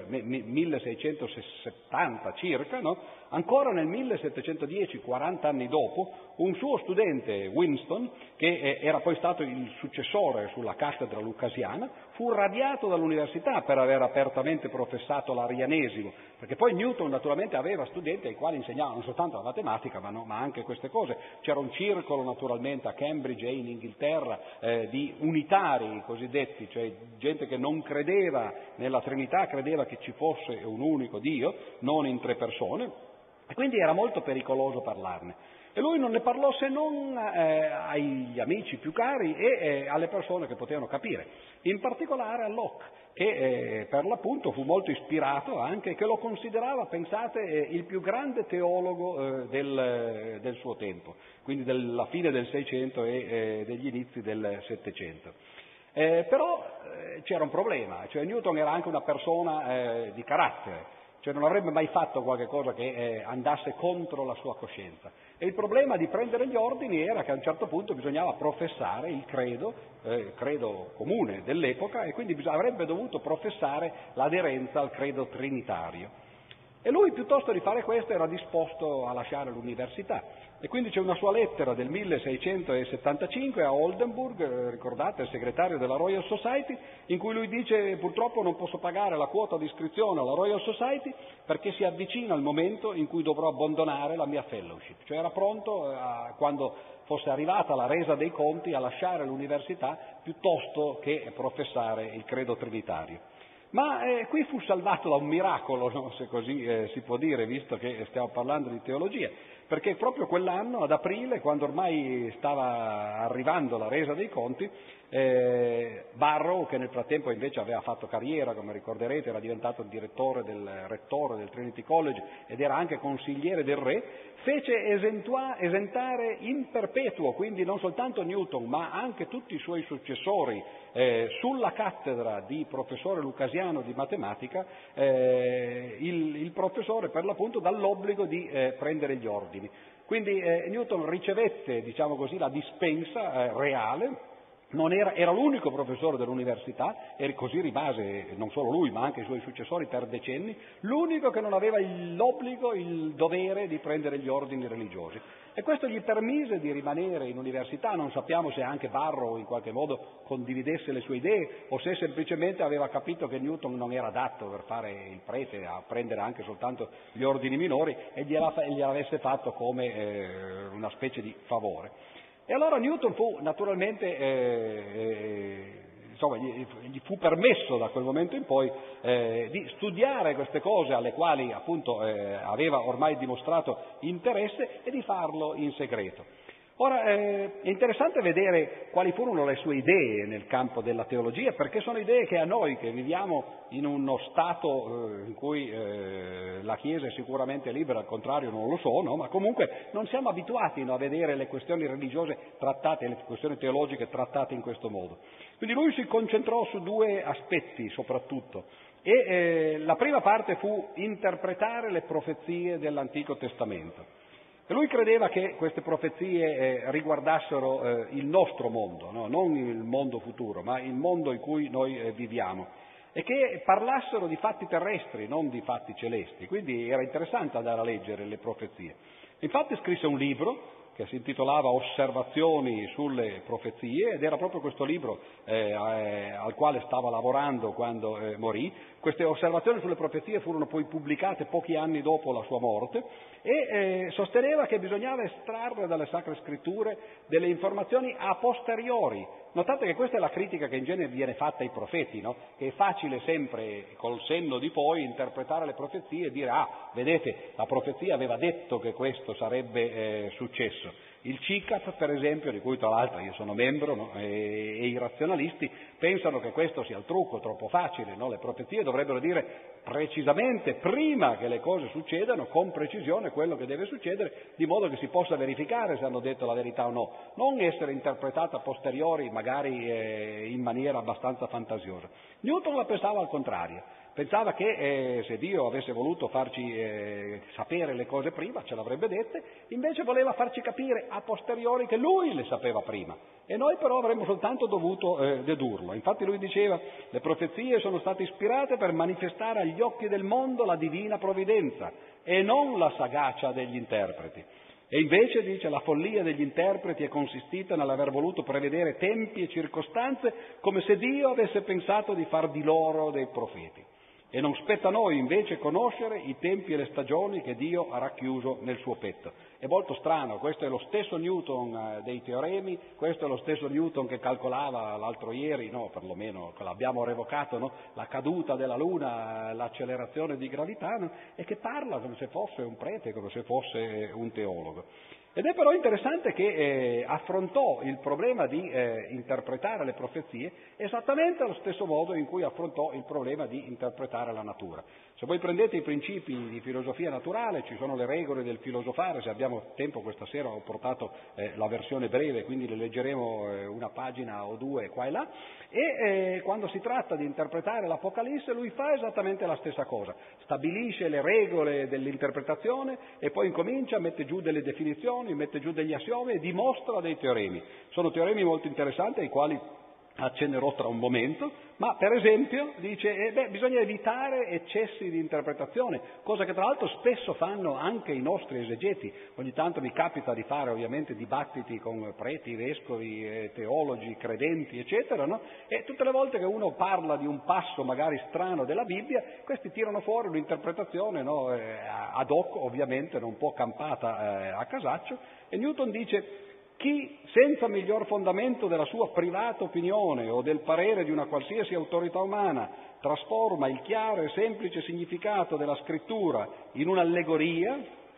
milleseicentosettanta circa, no? Ancora nel millesettecentodieci, quaranta anni dopo, un suo studente, Winston, che eh, era poi stato il successore sulla cattedra lucasiana, fu radiato dall'università per aver apertamente professato l'arianesimo, perché poi Newton naturalmente aveva studenti ai quali insegnavano non soltanto la matematica, ma, no, ma anche queste cose. C'era un circolo naturalmente a Cambridge e in Inghilterra eh, di unitari cosiddetti, cioè gente che non credeva nella Trinità, credeva che ci fosse un unico Dio, non in tre persone, e quindi era molto pericoloso parlarne. E lui non ne parlò se non eh, agli amici più cari e eh, alle persone che potevano capire, in particolare a Locke, che eh, per l'appunto fu molto ispirato anche, che lo considerava, pensate, eh, il più grande teologo eh, del, del suo tempo, quindi della fine del Seicento e eh, degli inizi del Settecento. Eh, però eh, c'era un problema, cioè Newton era anche una persona eh, di carattere, cioè non avrebbe mai fatto qualche cosa che eh, andasse contro la sua coscienza. E il problema di prendere gli ordini era che a un certo punto bisognava professare il credo, eh, credo comune dell'epoca, e quindi bis- avrebbe dovuto professare l'aderenza al credo trinitario. E lui, piuttosto di fare questo, era disposto a lasciare l'università. E quindi c'è una sua lettera del milleseicentosettantacinque a Oldenburg, eh, ricordate, il segretario della Royal Society, in cui lui dice: purtroppo non posso pagare la quota di iscrizione alla Royal Society perché si avvicina il momento in cui dovrò abbandonare la mia fellowship. Cioè era pronto, eh, a, quando fosse arrivata la resa dei conti, a lasciare l'università piuttosto che professare il credo trinitario. Ma eh, qui fu salvato da un miracolo, no? Se così eh, si può dire, visto che stiamo parlando di teologia, perché proprio quell'anno, ad aprile, quando ormai stava arrivando la resa dei conti, eh, Barrow, che nel frattempo invece aveva fatto carriera, come ricorderete, era diventato il direttore del rettore del Trinity College ed era anche consigliere del re, fece esentua, esentare in perpetuo, quindi non soltanto Newton, ma anche tutti i suoi successori, eh, sulla cattedra di professore lucasiano di matematica, eh, il, il professore per l'appunto dall'obbligo di eh, prendere gli ordini. Quindi eh, Newton ricevette, diciamo così, la dispensa eh, reale. Non era, era l'unico professore dell'università, e così rimase, non solo lui ma anche i suoi successori per decenni, l'unico che non aveva l'obbligo, il dovere di prendere gli ordini religiosi. E questo gli permise di rimanere in università. Non sappiamo se anche Barrow in qualche modo condividesse le sue idee o se semplicemente aveva capito che Newton non era adatto per fare il prete, a prendere anche soltanto gli ordini minori, e gliel'avesse fatto come eh, una specie di favore. E allora Newton fu naturalmente, eh, eh, insomma, gli, gli fu permesso da quel momento in poi eh, di studiare queste cose alle quali appunto eh, aveva ormai dimostrato interesse, e di farlo in segreto. Ora, eh, è interessante vedere quali furono le sue idee nel campo della teologia, perché sono idee che a noi, che viviamo in uno Stato eh, in cui eh, la Chiesa è sicuramente libera, al contrario non lo sono, ma comunque non siamo abituati no, a vedere le questioni religiose trattate, le questioni teologiche trattate in questo modo. Quindi lui si concentrò su due aspetti soprattutto, e eh, la prima parte fu interpretare le profezie dell'Antico Testamento. E lui credeva che queste profezie eh, riguardassero eh, il nostro mondo, no? Non il mondo futuro, ma il mondo in cui noi eh, viviamo, e che parlassero di fatti terrestri, non di fatti celesti. Quindi era interessante andare a leggere le profezie. Infatti scrisse un libro che si intitolava Osservazioni sulle profezie, ed era proprio questo libro eh, eh, al quale stava lavorando quando eh, morì. Queste osservazioni sulle profezie furono poi pubblicate pochi anni dopo la sua morte, e eh, sosteneva che bisognava estrarre dalle Sacre Scritture delle informazioni a posteriori. Notate che questa è la critica che in genere viene fatta ai profeti, no? Che è facile sempre, col senno di poi, interpretare le profezie e dire: ah, vedete, la profezia aveva detto che questo sarebbe eh, successo. Il C I C A P, per esempio, di cui tra l'altro io sono membro, no? e, e i razionalisti pensano che questo sia il trucco, troppo facile, no? Le profezie dovrebbero dire precisamente, prima che le cose succedano, con precisione quello che deve succedere, di modo che si possa verificare se hanno detto la verità o no, non essere interpretata a posteriori, magari eh, in maniera abbastanza fantasiosa. Newton la pensava al contrario. Pensava che eh, se Dio avesse voluto farci eh, sapere le cose prima, ce l'avrebbe dette, invece voleva farci capire a posteriori che Lui le sapeva prima, e noi però avremmo soltanto dovuto eh, dedurlo. Infatti lui diceva: le profezie sono state ispirate per manifestare agli occhi del mondo la divina provvidenza e non la sagacia degli interpreti. E invece, dice, la follia degli interpreti è consistita nell'aver voluto prevedere tempi e circostanze come se Dio avesse pensato di far di loro dei profeti. E non spetta a noi invece conoscere i tempi e le stagioni che Dio ha racchiuso nel suo petto. È molto strano, questo è lo stesso Newton eh, dei teoremi, questo è lo stesso Newton che calcolava l'altro ieri, no, perlomeno l'abbiamo revocato, no, la caduta della Luna, l'accelerazione di gravità, no, e che parla come se fosse un prete, come se fosse un teologo. Ed è però interessante che eh, affrontò il problema di eh, interpretare le profezie esattamente allo stesso modo in cui affrontò il problema di interpretare la natura. Se voi prendete i principi di filosofia naturale, ci sono le regole del filosofare, se abbiamo tempo questa sera ho portato eh, la versione breve, quindi le leggeremo eh, una pagina o due qua e là, e eh, quando si tratta di interpretare l'Apocalisse lui fa esattamente la stessa cosa, stabilisce le regole dell'interpretazione e poi incomincia, mette giù delle definizioni, mette giù degli assiomi e dimostra dei teoremi. Sono teoremi molto interessanti ai quali accennerò tra un momento, ma per esempio dice eh beh, bisogna evitare eccessi di interpretazione, cosa che tra l'altro spesso fanno anche i nostri esegeti. Ogni tanto mi capita di fare ovviamente dibattiti con preti, vescovi, eh, teologi, credenti, eccetera, no? E tutte le volte che uno parla di un passo magari strano della Bibbia, questi tirano fuori un'interpretazione, no? eh, ad hoc, ovviamente, non un po' campata eh, a casaccio, e Newton dice: chi, senza miglior fondamento della sua privata opinione o del parere di una qualsiasi autorità umana, trasforma il chiaro e semplice significato della scrittura in un'allegoria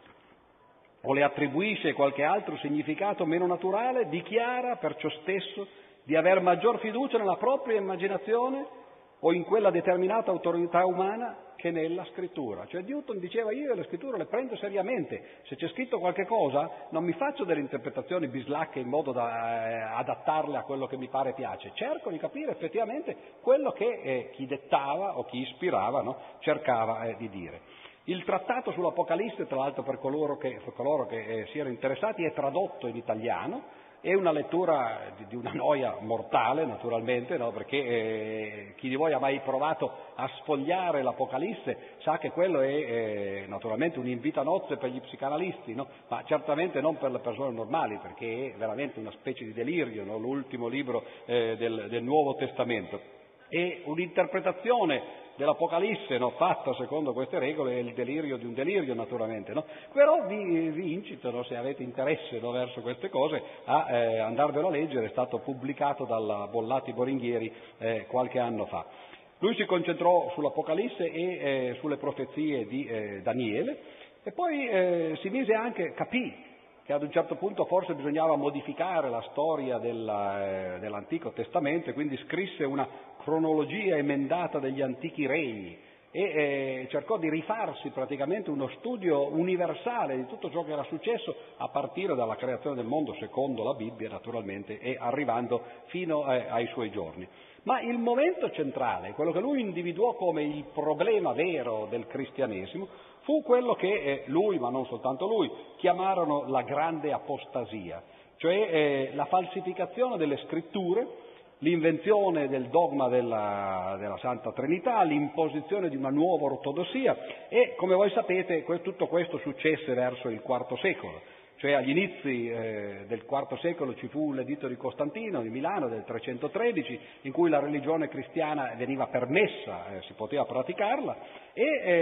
o le attribuisce qualche altro significato meno naturale, dichiara perciò stesso di aver maggior fiducia nella propria immaginazione o in quella determinata autorità umana che nella scrittura. Cioè Newton diceva: io le scritture le prendo seriamente, se c'è scritto qualche cosa non mi faccio delle interpretazioni bislacche in modo da eh, adattarle a quello che mi pare piace, cerco di capire effettivamente quello che eh, chi dettava o chi ispirava, no, cercava eh, di dire. Il trattato sull'Apocalisse, tra l'altro, per coloro che, per coloro che eh, siano interessati, è tradotto in italiano. È una lettura di, di una noia mortale, naturalmente, no? Perché eh, chi di voi ha mai provato a sfogliare l'Apocalisse sa che quello è eh, naturalmente un invito a nozze per gli psicanalisti, no? Ma certamente non per le persone normali, perché è veramente una specie di delirio, no? L'ultimo libro eh, del, del Nuovo Testamento. E un'interpretazione dell'Apocalisse, no, fatta secondo queste regole è il delirio di un delirio, naturalmente, no? Però vi, vi incito, no, se avete interesse, no, verso queste cose, a eh, andarvelo a leggere. È stato pubblicato dalla Bollati Boringhieri eh, qualche anno fa. Lui si concentrò sull'Apocalisse e eh, sulle profezie di eh, Daniele, e poi eh, si mise anche, capì che ad un certo punto forse bisognava modificare la storia della, eh, dell'Antico Testamento, e quindi scrisse una cronologia emendata degli antichi regni e eh, cercò di rifarsi praticamente uno studio universale di tutto ciò che era successo a partire dalla creazione del mondo, secondo la Bibbia naturalmente, e arrivando fino eh, ai suoi giorni. Ma il momento centrale, quello che lui individuò come il problema vero del cristianesimo, fu quello che eh, lui, ma non soltanto lui, chiamarono la grande apostasia, cioè eh, la falsificazione delle scritture, l'invenzione del dogma della, della Santa Trinità, l'imposizione di una nuova ortodossia, e come voi sapete tutto questo successe verso il quarto secolo. Cioè agli inizi eh, del quarto secolo ci fu l'editto di Costantino di Milano del trecentotredici, in cui la religione cristiana veniva permessa, eh, si poteva praticarla, e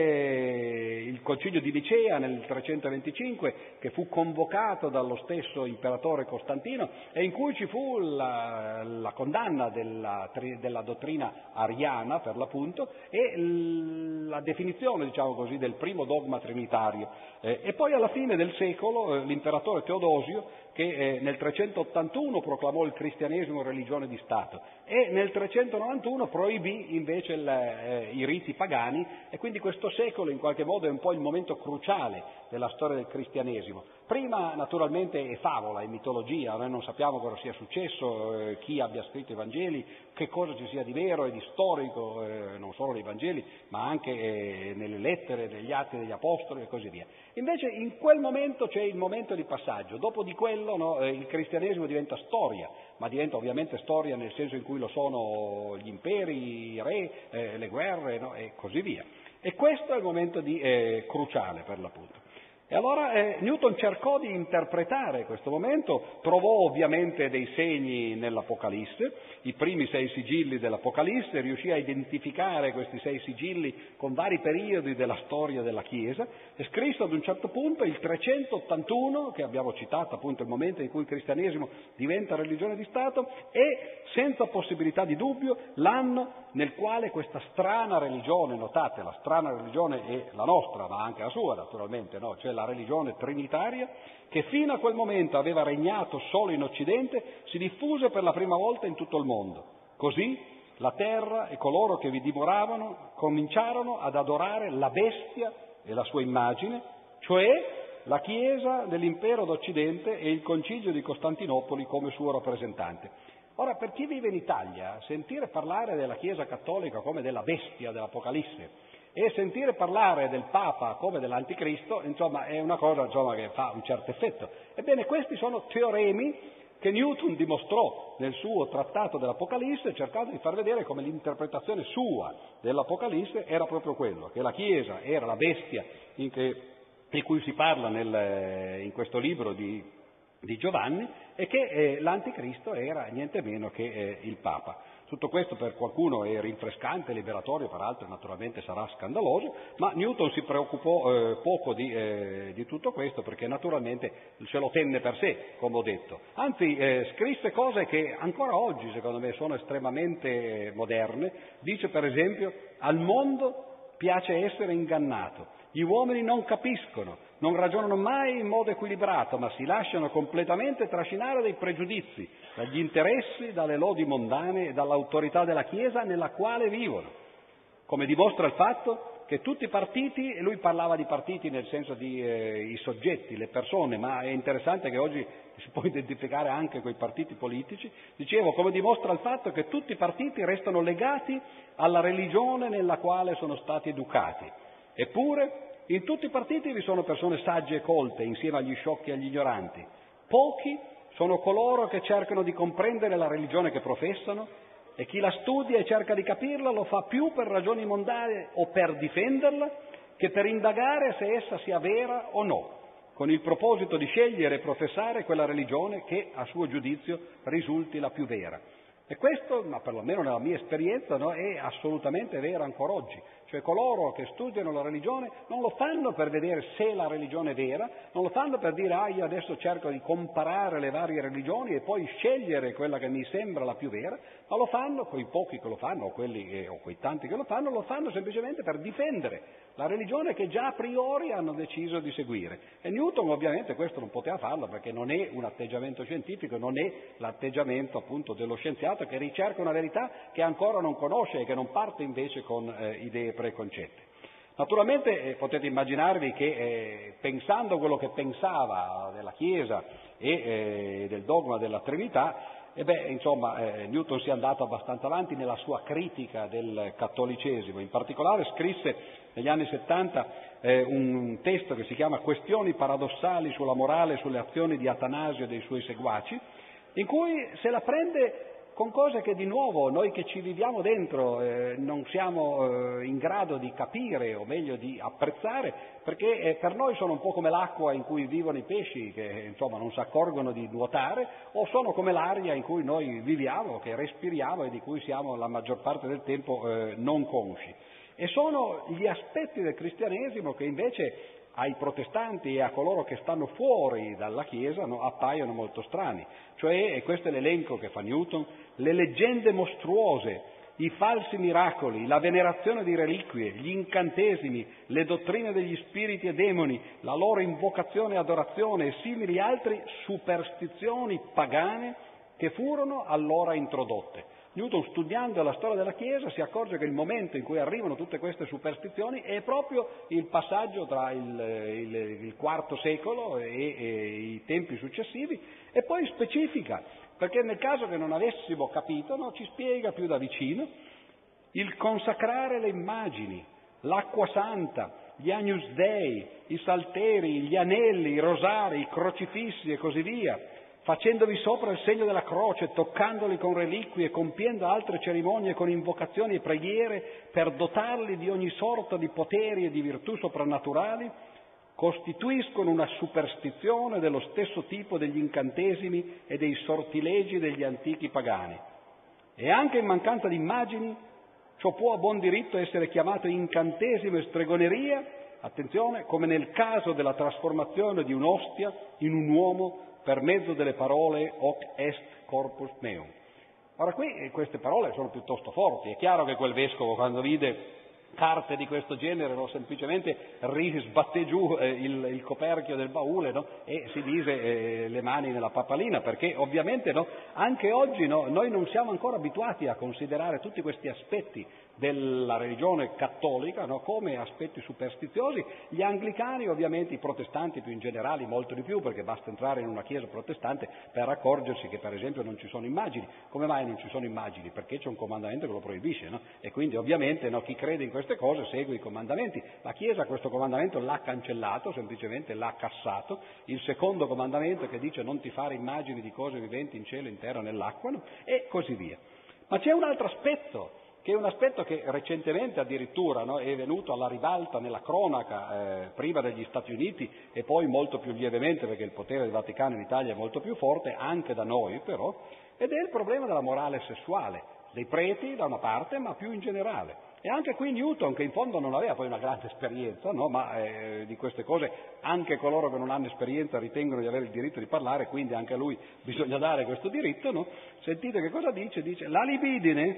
eh, il concilio di Nicea nel trecentoventicinque, che fu convocato dallo stesso imperatore Costantino, e in cui ci fu la, la condanna della, della dottrina ariana, per l'appunto, e la definizione, diciamo così, del primo dogma trinitario. Eh, e poi alla fine del secolo eh, l'imperatore Teodosio, che eh, nel trecentottantuno proclamò il cristianesimo religione di Stato e nel trecentonovantuno proibì invece il, eh, i riti pagani, e quindi questo secolo in qualche modo è un po' il momento cruciale della storia del cristianesimo. Prima naturalmente è favola, è mitologia, noi non sappiamo cosa sia successo, eh, chi abbia scritto i Vangeli, che cosa ci sia di vero e di storico, eh, non solo nei Vangeli, ma anche eh, nelle lettere, negli atti degli Apostoli e così via. Invece in quel momento c'è il momento di passaggio, dopo di quello no, eh, il cristianesimo diventa storia, ma diventa ovviamente storia nel senso in cui lo sono gli imperi, i re, eh, le guerre, no, e così via. E questo è il momento di, eh, cruciale per l'appunto. E allora eh, Newton cercò di interpretare questo momento, trovò ovviamente dei segni nell'Apocalisse, i primi sei sigilli dell'Apocalisse, riuscì a identificare questi sei sigilli con vari periodi della storia della Chiesa, e scrisse ad un certo punto il trecentottantuno, che abbiamo citato appunto il momento in cui il cristianesimo diventa religione di Stato, e senza possibilità di dubbio l'anno nel quale questa strana religione, notate, la strana religione è la nostra, ma anche la sua naturalmente, no? Cioè la la religione trinitaria, che fino a quel momento aveva regnato solo in Occidente, si diffuse per la prima volta in tutto il mondo. Così la terra e coloro che vi dimoravano cominciarono ad adorare la bestia e la sua immagine, cioè la Chiesa dell'impero d'Occidente e il Concilio di Costantinopoli come suo rappresentante. Ora, per chi vive in Italia, sentire parlare della Chiesa cattolica come della bestia dell'Apocalisse e sentire parlare del Papa come dell'Anticristo, insomma, è una cosa insomma, che fa un certo effetto. Ebbene, questi sono teoremi che Newton dimostrò nel suo trattato dell'Apocalisse, cercando di far vedere come l'interpretazione sua dell'Apocalisse era proprio quello, che la Chiesa era la bestia in che, di cui si parla nel, in questo libro di, di Giovanni, e che eh, l'Anticristo era niente meno che eh, il Papa. Tutto questo per qualcuno è rinfrescante, liberatorio, per altri naturalmente sarà scandaloso, ma Newton si preoccupò eh, poco di, eh, di tutto questo, perché naturalmente se lo tenne per sé, come ho detto. Anzi, eh, scrisse cose che ancora oggi secondo me sono estremamente moderne. Dice per esempio: al mondo piace essere ingannato, gli uomini non capiscono, non ragionano mai in modo equilibrato, ma si lasciano completamente trascinare dai pregiudizi, dagli interessi, dalle lodi mondane e dall'autorità della Chiesa nella quale vivono. Come dimostra il fatto che tutti i partiti, e lui parlava di partiti nel senso di eh, i soggetti, le persone, ma è interessante che oggi si può identificare anche con i partiti politici, dicevo, come dimostra il fatto che tutti i partiti restano legati alla religione nella quale sono stati educati. Eppure in tutti i partiti vi sono persone sagge e colte insieme agli sciocchi e agli ignoranti. Pochi sono coloro che cercano di comprendere la religione che professano, e chi la studia e cerca di capirla lo fa più per ragioni mondane o per difenderla che per indagare se essa sia vera o no, con il proposito di scegliere e professare quella religione che, a suo giudizio, risulti la più vera. E questo, ma perlomeno nella mia esperienza, no, è assolutamente vero ancora oggi. Cioè coloro che studiano la religione non lo fanno per vedere se la religione è vera, non lo fanno per dire ah io adesso cerco di comparare le varie religioni e poi scegliere quella che mi sembra la più vera, ma lo fanno, quei pochi che lo fanno, o quelli che, o quei tanti che lo fanno, lo fanno semplicemente per difendere la religione che già a priori hanno deciso di seguire. E Newton ovviamente questo non poteva farlo, perché non è un atteggiamento scientifico, non è l'atteggiamento appunto dello scienziato che ricerca una verità che ancora non conosce e che non parte invece con eh, idee preconcette. Naturalmente eh, potete immaginarvi che eh, pensando quello che pensava della Chiesa e eh, del dogma della Trinità, e beh, insomma, eh, Newton si è andato abbastanza avanti nella sua critica del cattolicesimo. In particolare scrisse negli anni settanta eh, un testo che si chiama Questioni paradossali sulla morale e sulle azioni di Atanasio e dei suoi seguaci, in cui se la prende con cose che di nuovo noi che ci viviamo dentro eh, non siamo eh, in grado di capire, o meglio di apprezzare, perché eh, per noi sono un po' come l'acqua in cui vivono i pesci che insomma non si accorgono di nuotare, o sono come l'aria in cui noi viviamo, che respiriamo e di cui siamo la maggior parte del tempo eh, non consci. E sono gli aspetti del cristianesimo che invece ai protestanti e a coloro che stanno fuori dalla Chiesa no, appaiono molto strani. Cioè, e questo è l'elenco che fa Newton, le leggende mostruose, i falsi miracoli, la venerazione di reliquie, gli incantesimi, le dottrine degli spiriti e demoni, la loro invocazione e adorazione e simili altri superstizioni pagane che furono allora introdotte. Newton, studiando la storia della Chiesa, si accorge che il momento in cui arrivano tutte queste superstizioni è proprio il passaggio tra il, il, il quarto secolo e, e i tempi successivi, e poi specifica, perché nel caso che non avessimo capito, no, ci spiega più da vicino il consacrare le immagini, l'acqua santa, gli Agnus Dei, i salteri, gli anelli, i rosari, i crocifissi e così via, facendovi sopra il segno della croce, toccandoli con reliquie, compiendo altre cerimonie con invocazioni e preghiere per dotarli di ogni sorta di poteri e di virtù soprannaturali, costituiscono una superstizione dello stesso tipo degli incantesimi e dei sortilegi degli antichi pagani. E anche in mancanza di immagini, ciò può a buon diritto essere chiamato incantesimo e stregoneria, attenzione, come nel caso della trasformazione di un'ostia in un uomo per mezzo delle parole hoc est corpus meum. Ora qui queste parole sono piuttosto forti. È chiaro che quel vescovo, quando vide carte di questo genere, no? Semplicemente risbatté giù eh, il, il coperchio del baule, no? E si mise eh, le mani nella pappalina, perché ovviamente, no, anche oggi, no, noi non siamo ancora abituati a considerare tutti questi aspetti della religione cattolica, no, come aspetti superstiziosi. Gli anglicani, ovviamente, i protestanti più in generale, molto di più, perché basta entrare in una chiesa protestante per accorgersi che, per esempio, non ci sono immagini. Come mai non ci sono immagini? Perché c'è un comandamento che lo proibisce, no? E quindi ovviamente, no, chi crede in queste cose segue i comandamenti. La Chiesa questo comandamento l'ha cancellato, semplicemente l'ha cassato. Il secondo comandamento, che dice non ti fare immagini di cose viventi in cielo, in terra, nell'acqua, no? E così via. Ma c'è un altro aspetto, che è un aspetto che recentemente addirittura, no, è venuto alla ribalta nella cronaca, eh, prima degli Stati Uniti e poi molto più lievemente, perché il potere del Vaticano in Italia è molto più forte, anche da noi però, ed è il problema della morale sessuale, dei preti da una parte, ma più in generale. E anche qui Newton, che in fondo non aveva poi una grande esperienza, no, ma eh, di queste cose anche coloro che non hanno esperienza ritengono di avere il diritto di parlare, quindi anche a lui bisogna dare questo diritto, no? Sentite che cosa dice, dice la libidine,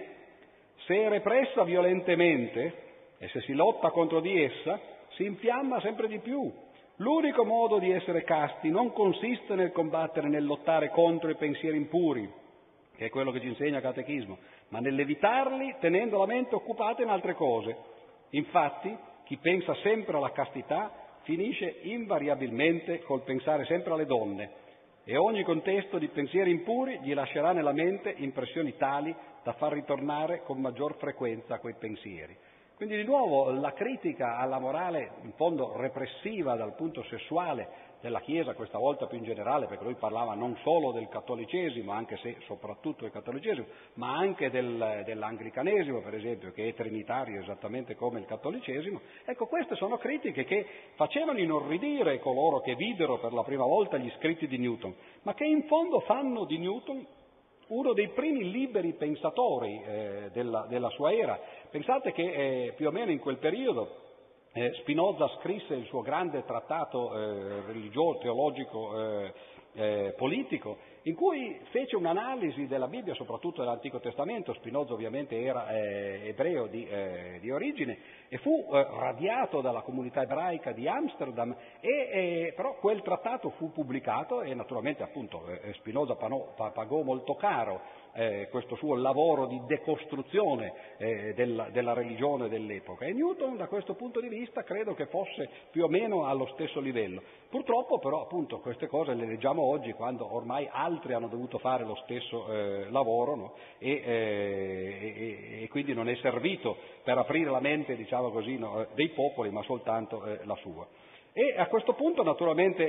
se è repressa violentemente e se si lotta contro di essa, si infiamma sempre di più. L'unico modo di essere casti non consiste nel combattere, nel lottare contro i pensieri impuri, che è quello che ci insegna il catechismo, ma nell'evitarli tenendo la mente occupata in altre cose. Infatti, chi pensa sempre alla castità finisce invariabilmente col pensare sempre alle donne, e ogni contesto di pensieri impuri gli lascerà nella mente impressioni tali da far ritornare con maggior frequenza quei pensieri. Quindi di nuovo la critica alla morale in fondo repressiva dal punto sessuale della Chiesa, questa volta più in generale, perché lui parlava non solo del cattolicesimo, anche se soprattutto del cattolicesimo, ma anche del, dell'anglicanesimo, per esempio, che è trinitario esattamente come il cattolicesimo. Ecco, queste sono critiche che facevano inorridire coloro che videro per la prima volta gli scritti di Newton, ma che in fondo fanno di Newton uno dei primi liberi pensatori eh, della, della sua era. Pensate che eh, più o meno in quel periodo eh, Spinoza scrisse il suo grande trattato eh, religioso, teologico, eh, eh, politico, in cui fece un'analisi della Bibbia, soprattutto dell'Antico Testamento. Spinoza ovviamente era eh, ebreo di, eh, di origine e fu eh, radiato dalla comunità ebraica di Amsterdam, e, eh, però quel trattato fu pubblicato e naturalmente appunto eh, Spinoza pagò, pagò molto caro eh, questo suo lavoro di decostruzione eh, della, della religione dell'epoca, e Newton da questo punto di vista credo che fosse più o meno allo stesso livello. Purtroppo però appunto queste cose le leggiamo oggi, quando ormai altri hanno dovuto fare lo stesso eh, lavoro, no? e, eh, e, e quindi non è servito per aprire la mente, diciamo così, no, dei popoli, ma soltanto eh, la sua. E a questo punto naturalmente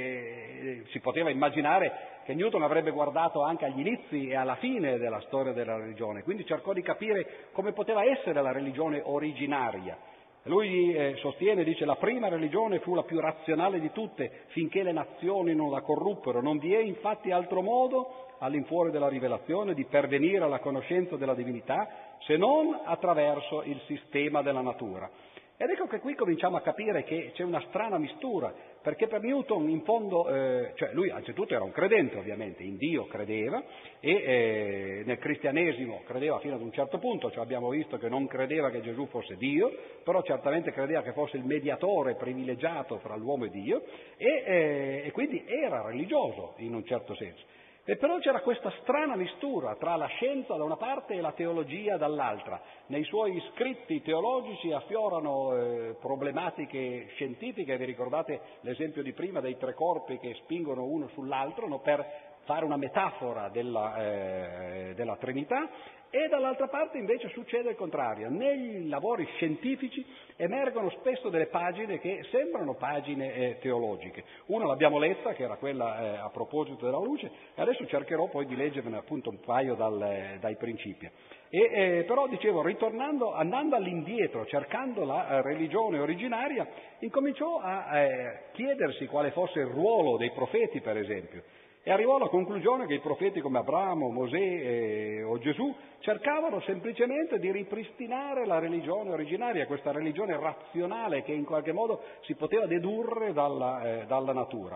eh, si poteva immaginare che Newton avrebbe guardato anche agli inizi e alla fine della storia della religione, quindi cercò di capire come poteva essere la religione originaria. Lui eh, sostiene, dice, la prima religione fu la più razionale di tutte finché le nazioni non la corruppero. Non vi è infatti altro modo, all'infuori della rivelazione, di pervenire alla conoscenza della divinità se non attraverso il sistema della natura. Ed ecco che qui cominciamo a capire che c'è una strana mistura, perché per Newton in fondo, eh, cioè lui anzitutto era un credente ovviamente, in Dio credeva, e eh, nel cristianesimo credeva fino ad un certo punto, cioè abbiamo visto che non credeva che Gesù fosse Dio, però certamente credeva che fosse il mediatore privilegiato fra l'uomo e Dio, e, eh, e quindi era religioso in un certo senso. E però c'era questa strana mistura tra la scienza da una parte e la teologia dall'altra. Nei suoi scritti teologici affiorano eh, problematiche scientifiche, vi ricordate l'esempio di prima dei tre corpi che spingono uno sull'altro, no, per fare una metafora della, eh, della Trinità, e dall'altra parte invece succede il contrario. Nei lavori scientifici emergono spesso delle pagine che sembrano pagine eh, teologiche. Una l'abbiamo letta, che era quella eh, a proposito della luce, e adesso cercherò poi di leggervene appunto un paio dal, eh, dai principi. E, eh, però dicevo, ritornando, andando all'indietro, cercando la eh, religione originaria, incominciò a eh, chiedersi quale fosse il ruolo dei profeti, per esempio. E arrivò alla conclusione che i profeti come Abramo, Mosè eh, o Gesù cercavano semplicemente di ripristinare la religione originaria, questa religione razionale che in qualche modo si poteva dedurre dalla, eh, dalla natura.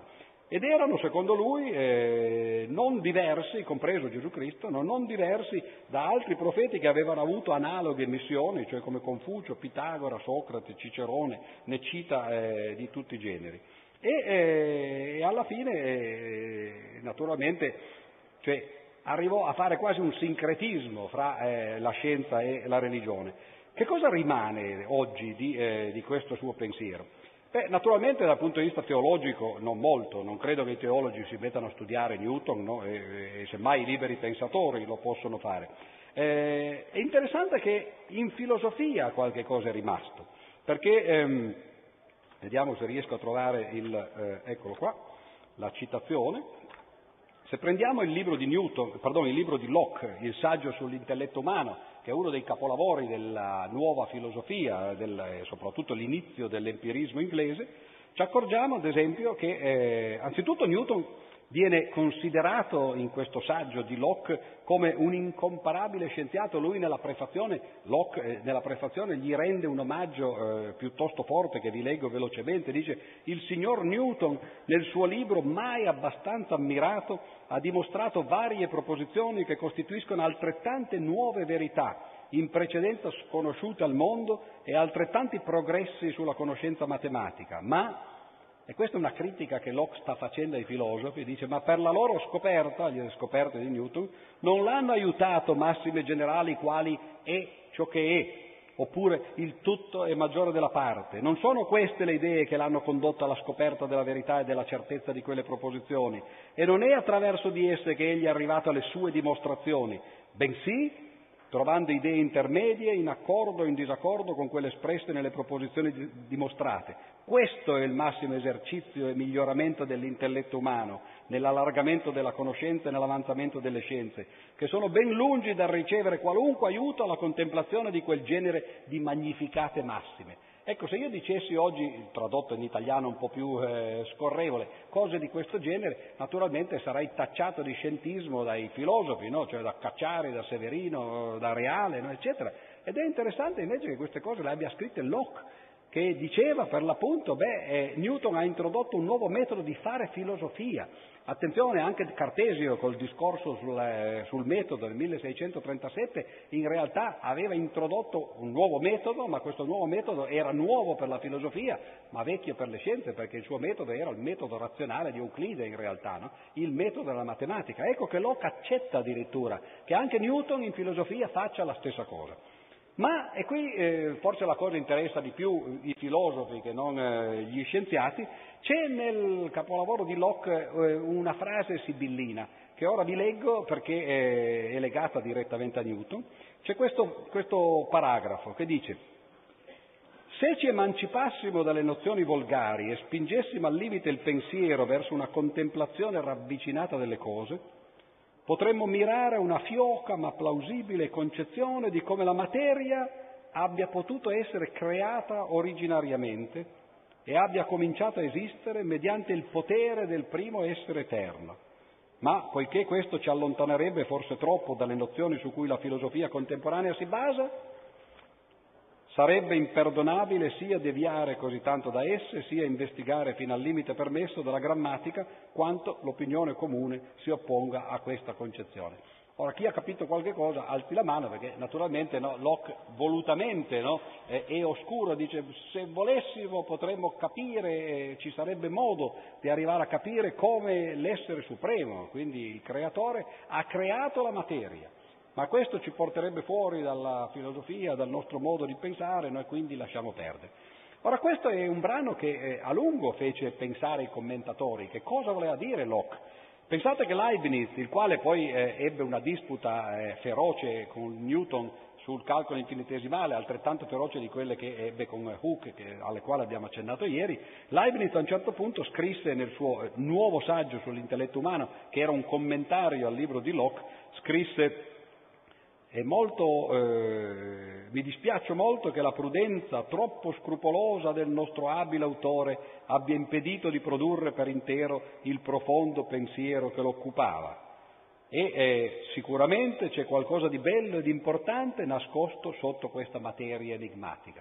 ed erano, secondo lui, eh, non diversi, compreso Gesù Cristo, no, non diversi da altri profeti che avevano avuto analoghe missioni, cioè come Confucio, Pitagora, Socrate, Cicerone, ne cita eh, di tutti i generi. E, eh, e alla fine, eh, naturalmente, cioè, arrivò a fare quasi un sincretismo fra eh, la scienza e la religione. Che cosa rimane oggi di, eh, di questo suo pensiero? Beh, naturalmente dal punto di vista teologico non molto, non credo che i teologi si mettano a studiare Newton, no? e, e semmai i liberi pensatori lo possono fare. Eh, è interessante che in filosofia qualche cosa è rimasto, perché, ehm, vediamo se riesco a trovare il, eh, eccolo qua, la citazione. Se prendiamo il libro di Newton, pardon, il libro di Locke, il saggio sull'intelletto umano, che è uno dei capolavori della nuova filosofia, del, soprattutto l'inizio dell'empirismo inglese, ci accorgiamo, ad esempio, che eh, anzitutto Newton viene considerato in questo saggio di Locke come un incomparabile scienziato. Lui nella prefazione, Locke, eh, nella prefazione gli rende un omaggio eh, piuttosto forte, che vi leggo velocemente. Dice: il signor Newton nel suo libro, mai abbastanza ammirato, ha dimostrato varie proposizioni che costituiscono altrettante nuove verità in precedenza sconosciute al mondo e altrettanti progressi sulla conoscenza matematica, ma, e questa è una critica che Locke sta facendo ai filosofi, dice: ma per la loro scoperta, le scoperte di Newton, non l'hanno aiutato massime generali quali è ciò che è, oppure il tutto è maggiore della parte. Non sono queste le idee che l'hanno condotto alla scoperta della verità e della certezza di quelle proposizioni, e non è attraverso di esse che egli è arrivato alle sue dimostrazioni, bensì trovando idee intermedie in accordo o in disaccordo con quelle espresse nelle proposizioni dimostrate. Questo è il massimo esercizio e miglioramento dell'intelletto umano, nell'allargamento della conoscenza e nell'avanzamento delle scienze, che sono ben lungi dal ricevere qualunque aiuto alla contemplazione di quel genere di magnificate massime. Ecco, se io dicessi oggi, tradotto in italiano un po' più eh, scorrevole, cose di questo genere, naturalmente sarei tacciato di scientismo dai filosofi, no? Cioè da Cacciari, da Severino, da Reale, no? eccetera. Ed è interessante invece che queste cose le abbia scritte Locke, che diceva per l'appunto, beh, eh, Newton ha introdotto un nuovo metodo di fare filosofia. Attenzione, anche Cartesio col discorso sul, eh, sul metodo del milleseicentotrentasette in realtà aveva introdotto un nuovo metodo, ma questo nuovo metodo era nuovo per la filosofia, ma vecchio per le scienze, perché il suo metodo era il metodo razionale di Euclide in realtà, no? Il metodo della matematica. Ecco che Locke accetta addirittura che anche Newton in filosofia faccia la stessa cosa. Ma, e qui eh, forse la cosa interessa di più i filosofi che non eh, gli scienziati, c'è nel capolavoro di Locke eh, una frase sibillina, che ora vi leggo perché eh, è legata direttamente a Newton. C'è questo, questo paragrafo che dice: se ci emancipassimo dalle nozioni volgari e spingessimo al limite il pensiero verso una contemplazione ravvicinata delle cose, potremmo mirare a una fioca ma plausibile concezione di come la materia abbia potuto essere creata originariamente e abbia cominciato a esistere mediante il potere del primo essere eterno. Ma poiché questo ci allontanerebbe forse troppo dalle nozioni su cui la filosofia contemporanea si basa, sarebbe imperdonabile sia deviare così tanto da esse, sia investigare fino al limite permesso della grammatica, quanto l'opinione comune si opponga a questa concezione. Ora, chi ha capito qualche cosa alzi la mano, perché naturalmente no, Locke volutamente no, è, è oscuro, dice: se volessimo potremmo capire, eh, ci sarebbe modo di arrivare a capire come l'essere supremo, quindi il creatore, ha creato la materia. Ma questo ci porterebbe fuori dalla filosofia, dal nostro modo di pensare, noi quindi lasciamo perdere. Ora, questo è un brano che eh, a lungo fece pensare i commentatori. Che cosa voleva dire Locke? Pensate che Leibniz, il quale poi eh, ebbe una disputa eh, feroce con Newton sul calcolo infinitesimale, altrettanto feroce di quelle che ebbe con Hooke, che, alle quali abbiamo accennato ieri, Leibniz a un certo punto scrisse nel suo eh, nuovo saggio sull'intelletto umano, che era un commentario al libro di Locke, scrisse: È molto, eh, mi dispiace molto che la prudenza troppo scrupolosa del nostro abile autore abbia impedito di produrre per intero il profondo pensiero che lo occupava. E eh, sicuramente c'è qualcosa di bello e di importante nascosto sotto questa materia enigmatica.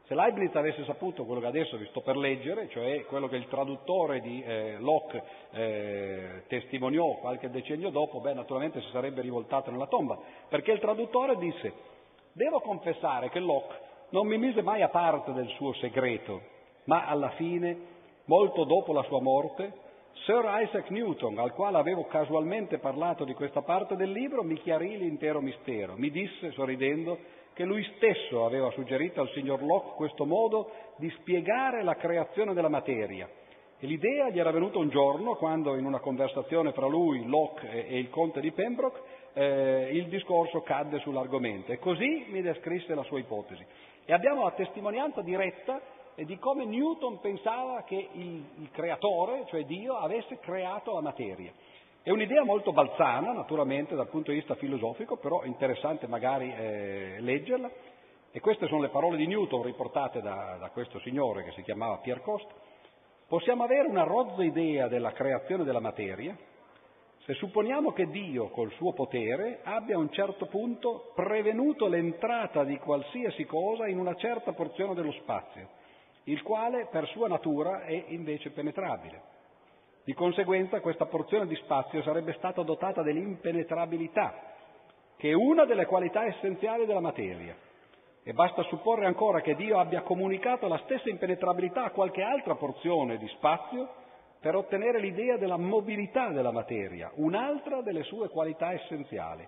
Se Leibniz avesse saputo quello che adesso vi sto per leggere, cioè quello che il traduttore di eh, Locke eh, testimoniò qualche decennio dopo, beh, naturalmente si sarebbe rivoltato nella tomba, perché il traduttore disse: devo confessare che Locke non mi mise mai a parte del suo segreto, ma alla fine, molto dopo la sua morte, Sir Isaac Newton, al quale avevo casualmente parlato di questa parte del libro, mi chiarì l'intero mistero. Mi disse, sorridendo, che lui stesso aveva suggerito al signor Locke questo modo di spiegare la creazione della materia. E l'idea gli era venuta un giorno, quando in una conversazione fra lui, Locke e, e il conte di Pembroke, eh, il discorso cadde sull'argomento. E così mi descrisse la sua ipotesi. E abbiamo la testimonianza diretta di come Newton pensava che il, il creatore, cioè Dio, avesse creato la materia. È un'idea molto balzana, naturalmente, dal punto di vista filosofico, però è interessante magari eh, leggerla. E queste sono le parole di Newton riportate da, da questo signore che si chiamava Pierre Coste. Possiamo avere una rozza idea della creazione della materia se supponiamo che Dio, col suo potere, abbia a un certo punto prevenuto l'entrata di qualsiasi cosa in una certa porzione dello spazio, il quale per sua natura è invece penetrabile. Di conseguenza questa porzione di spazio sarebbe stata dotata dell'impenetrabilità, che è una delle qualità essenziali della materia. E basta supporre ancora che Dio abbia comunicato la stessa impenetrabilità a qualche altra porzione di spazio per ottenere l'idea della mobilità della materia, un'altra delle sue qualità essenziali.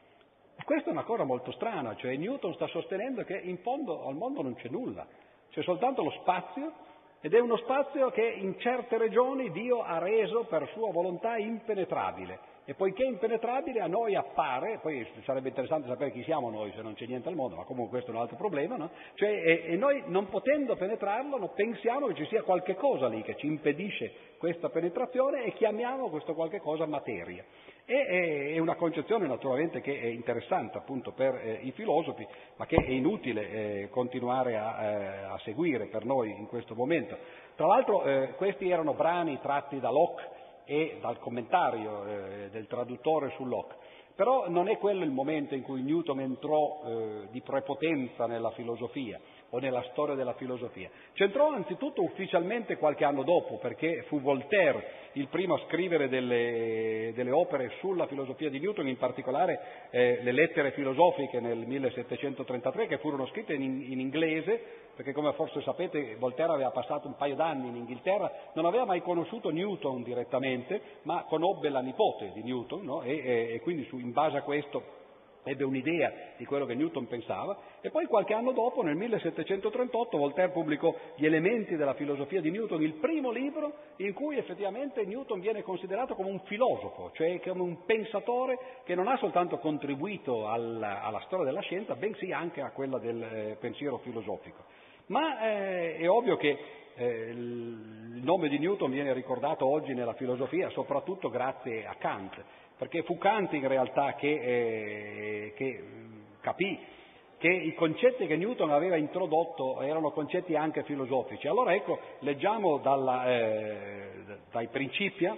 E questa è una cosa molto strana, cioè Newton sta sostenendo che in fondo al mondo non c'è nulla, c'è soltanto lo spazio, ed è uno spazio che in certe regioni Dio ha reso per sua volontà impenetrabile. E poiché impenetrabile a noi appare, poi sarebbe interessante sapere chi siamo noi se non c'è niente al mondo, ma comunque questo è un altro problema, no? Cioè, e, e noi non potendo penetrarlo, no, pensiamo che ci sia qualche cosa lì che ci impedisce questa penetrazione e chiamiamo questo qualche cosa materia. E, è, è una concezione naturalmente che è interessante appunto per eh, i filosofi, ma che è inutile eh, continuare a, eh, a seguire per noi in questo momento. Tra l'altro eh, questi erano brani tratti da Locke e dal commentario eh, del traduttore su Locke. Però non è quello il momento in cui Newton entrò eh, di prepotenza nella filosofia o nella storia della filosofia. C'entrò anzitutto ufficialmente qualche anno dopo, perché fu Voltaire il primo a scrivere delle, delle opere sulla filosofia di Newton, in particolare eh, le lettere filosofiche nel millesettecentotrentatré, che furono scritte in, in inglese, perché come forse sapete Voltaire aveva passato un paio d'anni in Inghilterra, non aveva mai conosciuto Newton direttamente, ma conobbe la nipote di Newton, no? e, e, e quindi su, in base a questo ebbe un'idea di quello che Newton pensava, e poi qualche anno dopo, nel millesettecentotrentotto, Voltaire pubblicò Gli elementi della filosofia di Newton, il primo libro in cui effettivamente Newton viene considerato come un filosofo, cioè come un pensatore che non ha soltanto contribuito alla, alla storia della scienza, bensì anche a quella del eh, pensiero filosofico. Ma eh, è ovvio che eh, il nome di Newton viene ricordato oggi nella filosofia soprattutto grazie a Kant, perché fu Kant in realtà che, eh, che capì che i concetti che Newton aveva introdotto erano concetti anche filosofici. Allora ecco, leggiamo dalla, eh, dai Principia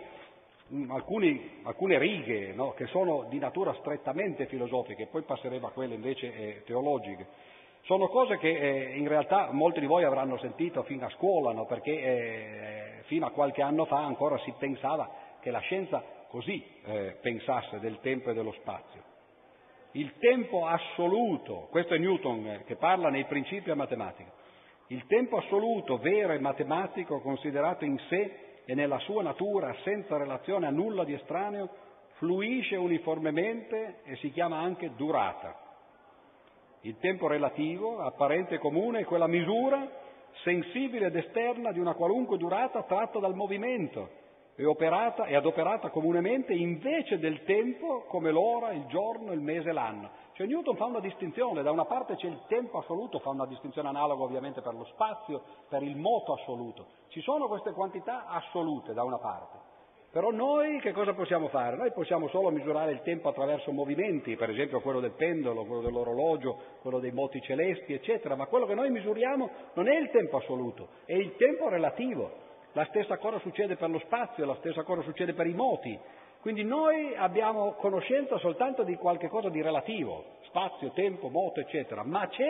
alcuni, alcune righe, no, che sono di natura strettamente filosofiche, poi passeremo a quelle invece eh, teologiche. Sono cose che eh, in realtà molti di voi avranno sentito fino a scuola, no, perché eh, fino a qualche anno fa ancora si pensava che la scienza così eh, pensasse del tempo e dello spazio. Il tempo assoluto, questo è Newton eh, che parla nei Principi a matematica, il tempo assoluto, vero e matematico, considerato in sé e nella sua natura senza relazione a nulla di estraneo, fluisce uniformemente e si chiama anche durata. Il tempo relativo, apparente e comune, è quella misura sensibile ed esterna di una qualunque durata tratta dal movimento, è operata e adoperata comunemente invece del tempo come l'ora, il giorno, il mese, l'anno. Cioè Newton fa una distinzione, da una parte c'è il tempo assoluto, fa una distinzione analoga ovviamente per lo spazio, per il moto assoluto. Ci sono queste quantità assolute da una parte, però noi che cosa possiamo fare? Noi possiamo solo misurare il tempo attraverso movimenti, per esempio quello del pendolo, quello dell'orologio, quello dei moti celesti, eccetera, ma quello che noi misuriamo non è il tempo assoluto, è il tempo relativo. La stessa cosa succede per lo spazio, la stessa cosa succede per i moti. Quindi noi abbiamo conoscenza soltanto di qualche cosa di relativo, spazio, tempo, moto, eccetera, ma c'è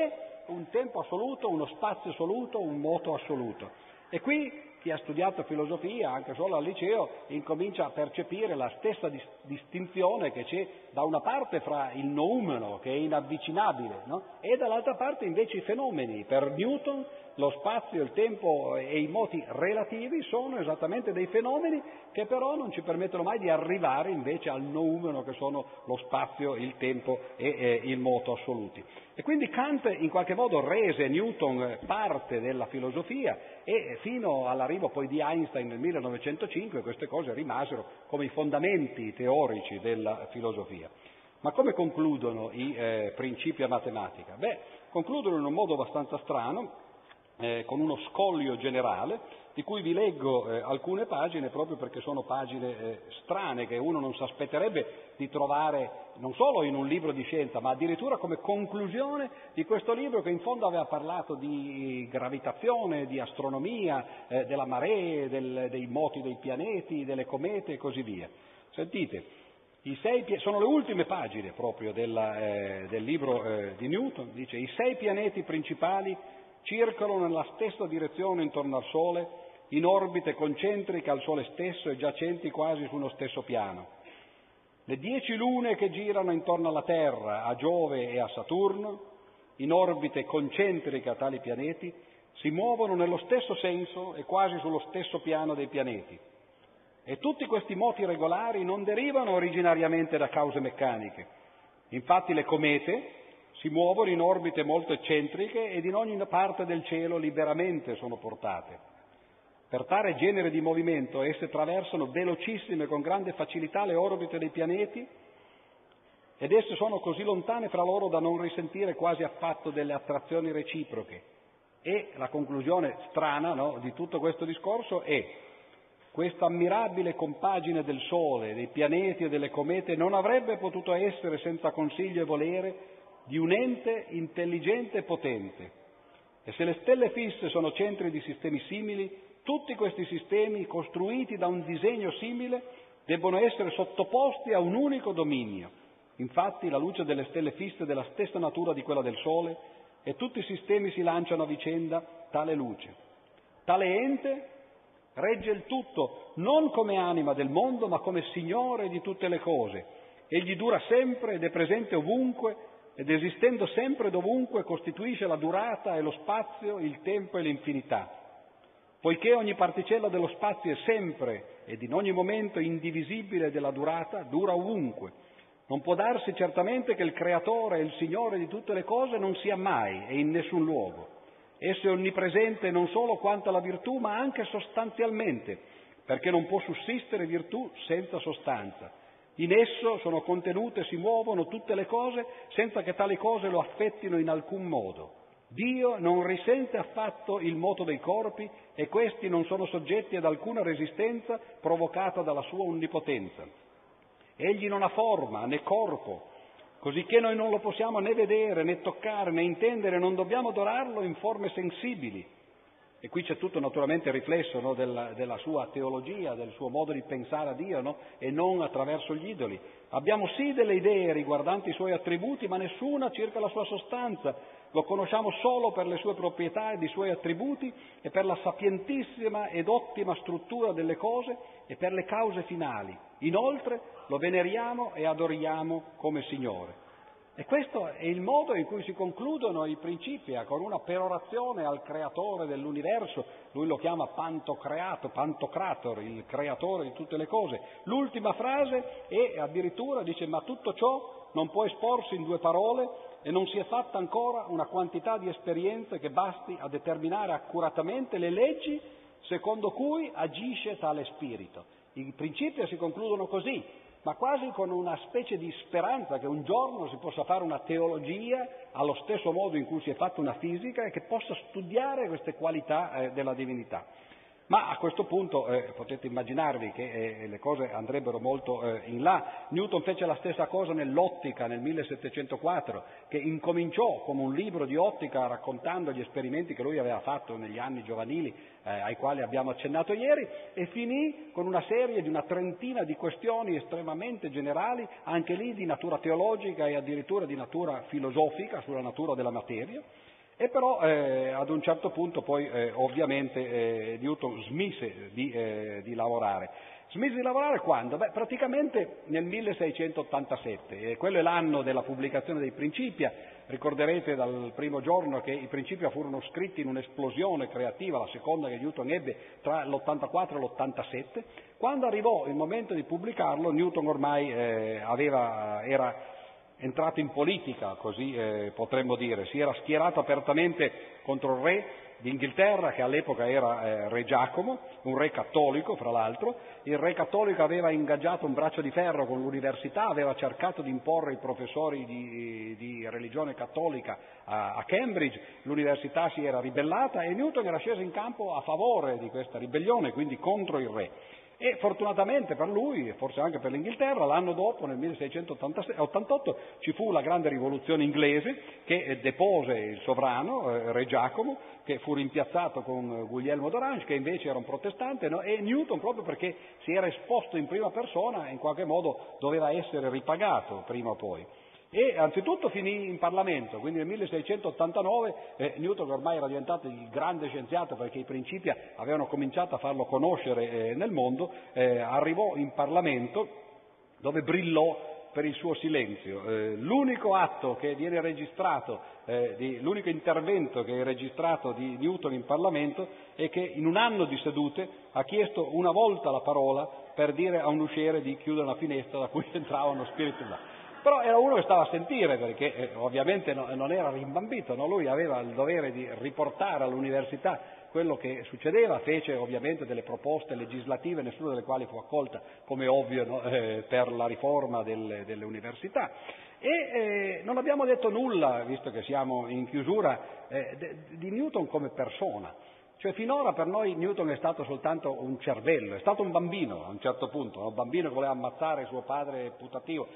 un tempo assoluto, uno spazio assoluto, un moto assoluto. E qui chi ha studiato filosofia, anche solo al liceo, incomincia a percepire la stessa dis- distinzione che c'è da una parte fra il noumeno, che è inavvicinabile, no? E dall'altra parte invece i fenomeni. Per Newton lo spazio, il tempo e i moti relativi sono esattamente dei fenomeni che però non ci permettono mai di arrivare invece al noumeno, che sono lo spazio, il tempo e eh, il moto assoluti. E quindi Kant in qualche modo rese Newton parte della filosofia e fino all'arrivo poi di Einstein nel millenovecentocinque queste cose rimasero come i fondamenti teorici della filosofia. Ma come concludono i eh, principi a matematica? Beh, concludono in un modo abbastanza strano, eh, con uno scoglio generale, di cui vi leggo eh, alcune pagine proprio perché sono pagine eh, strane che uno non si aspetterebbe di trovare non solo in un libro di scienza, ma addirittura come conclusione di questo libro che in fondo aveva parlato di gravitazione, di astronomia, eh, della maree, del, dei moti dei pianeti, delle comete e così via. Sentite, i sei, sono le ultime pagine proprio della, eh, del libro eh, di Newton, dice: i sei pianeti principali circolano nella stessa direzione intorno al Sole, in orbite concentriche al Sole stesso e giacenti quasi su uno stesso piano. Le dieci lune che girano intorno alla Terra, a Giove e a Saturno, in orbite concentriche a tali pianeti, si muovono nello stesso senso e quasi sullo stesso piano dei pianeti. E tutti questi moti regolari non derivano originariamente da cause meccaniche. Infatti le comete si muovono in orbite molto eccentriche ed in ogni parte del cielo liberamente sono portate. Per tale genere di movimento esse attraversano velocissime con grande facilità le orbite dei pianeti ed esse sono così lontane fra loro da non risentire quasi affatto delle attrazioni reciproche. E la conclusione strana, no, di tutto questo discorso è: questa ammirabile compagine del Sole, dei pianeti e delle comete non avrebbe potuto essere senza consiglio e volere di un ente intelligente e potente. E se le stelle fisse sono centri di sistemi simili, tutti questi sistemi, costruiti da un disegno simile, debbono essere sottoposti a un unico dominio. Infatti la luce delle stelle fisse è della stessa natura di quella del Sole e tutti i sistemi si lanciano a vicenda tale luce. Tale ente regge il tutto non come anima del mondo, ma come Signore di tutte le cose. Egli dura sempre ed è presente ovunque, ed esistendo sempre dovunque costituisce la durata e lo spazio, il tempo e l'infinità. Poiché ogni particella dello spazio è sempre ed in ogni momento indivisibile della durata, dura ovunque. Non può darsi certamente che il Creatore e il Signore di tutte le cose non sia mai e in nessun luogo. Esso è onnipresente non solo quanto alla virtù, ma anche sostanzialmente, perché non può sussistere virtù senza sostanza. In esso sono contenute e si muovono tutte le cose senza che tali cose lo affettino in alcun modo. Dio non risente affatto il moto dei corpi e questi non sono soggetti ad alcuna resistenza provocata dalla sua onnipotenza. Egli non ha forma né corpo, cosicché noi non lo possiamo né vedere, né toccare, né intendere, non dobbiamo adorarlo in forme sensibili. E qui c'è tutto naturalmente il riflesso, no, della, della sua teologia, del suo modo di pensare a Dio, no? E non attraverso gli idoli. Abbiamo sì delle idee riguardanti i suoi attributi, ma nessuna circa la sua sostanza. Lo conosciamo solo per le sue proprietà ed i suoi attributi e per la sapientissima ed ottima struttura delle cose e per le cause finali. Inoltre lo veneriamo e adoriamo come Signore. E questo è il modo in cui si concludono i Principia, con una perorazione al creatore dell'universo. Lui lo chiama Pantocreato, Pantocrator, il creatore di tutte le cose. L'ultima frase è addirittura, dice: ma tutto ciò non può esporsi in due parole e non si è fatta ancora una quantità di esperienze che basti a determinare accuratamente le leggi secondo cui agisce tale spirito. I Principia si concludono così, ma quasi con una specie di speranza che un giorno si possa fare una teologia allo stesso modo in cui si è fatta una fisica e che possa studiare queste qualità eh, della divinità. Ma a questo punto eh, potete immaginarvi che eh, le cose andrebbero molto eh, in là. Newton fece la stessa cosa nell'ottica nel millesettecentoquattro, che incominciò come un libro di ottica raccontando gli esperimenti che lui aveva fatto negli anni giovanili eh, ai quali abbiamo accennato ieri, e finì con una serie di una trentina di questioni estremamente generali, anche lì di natura teologica e addirittura di natura filosofica, sulla natura della materia. E però eh, ad un certo punto poi eh, ovviamente eh, Newton smise di, eh, di lavorare. Smise di lavorare quando? Beh, praticamente nel milleseicentottantasette, e quello è l'anno della pubblicazione dei Principia. Ricorderete dal primo giorno che i Principia furono scritti in un'esplosione creativa, la seconda che Newton ebbe tra l'ottantaquattro e l'ottantasette. Quando arrivò il momento di pubblicarlo, Newton ormai eh, aveva, era entrato in politica, così eh, potremmo dire, si era schierato apertamente contro il re d'Inghilterra, che all'epoca era eh, re Giacomo, un re cattolico fra l'altro. Il re cattolico aveva ingaggiato un braccio di ferro con l'università, aveva cercato di imporre i professori di, di religione cattolica a, a Cambridge, l'università si era ribellata e Newton era sceso in campo a favore di questa ribellione, quindi contro il re. E fortunatamente per lui, e forse anche per l'Inghilterra, l'anno dopo, nel milleseicentoottantotto, ci fu la grande rivoluzione inglese che depose il sovrano, eh, re Giacomo, che fu rimpiazzato con Guglielmo d'Orange, che invece era un protestante, no? E Newton, proprio perché si era esposto in prima persona, in qualche modo doveva essere ripagato prima o poi. E anzitutto finì in Parlamento, quindi nel milleseicentottantanove eh, Newton, che ormai era diventato il grande scienziato perché i Principia avevano cominciato a farlo conoscere eh, nel mondo, eh, arrivò in Parlamento dove brillò per il suo silenzio. Eh, l'unico atto che viene registrato, eh, di, l'unico intervento che è registrato di Newton in Parlamento è che in un anno di sedute ha chiesto una volta la parola per dire a un usciere di chiudere una finestra da cui entrava uno spirito umano. Però era uno che stava a sentire, perché eh, ovviamente no, non era rimbambito, no? Lui aveva il dovere di riportare all'università quello che succedeva, fece ovviamente delle proposte legislative, nessuna delle quali fu accolta, come ovvio, no? eh, per la riforma del, delle università. E eh, non abbiamo detto nulla, visto che siamo in chiusura, eh, de, di Newton come persona. Cioè finora per noi Newton è stato soltanto un cervello, è stato un bambino a un certo punto, un bambino che voleva ammazzare suo padre putativo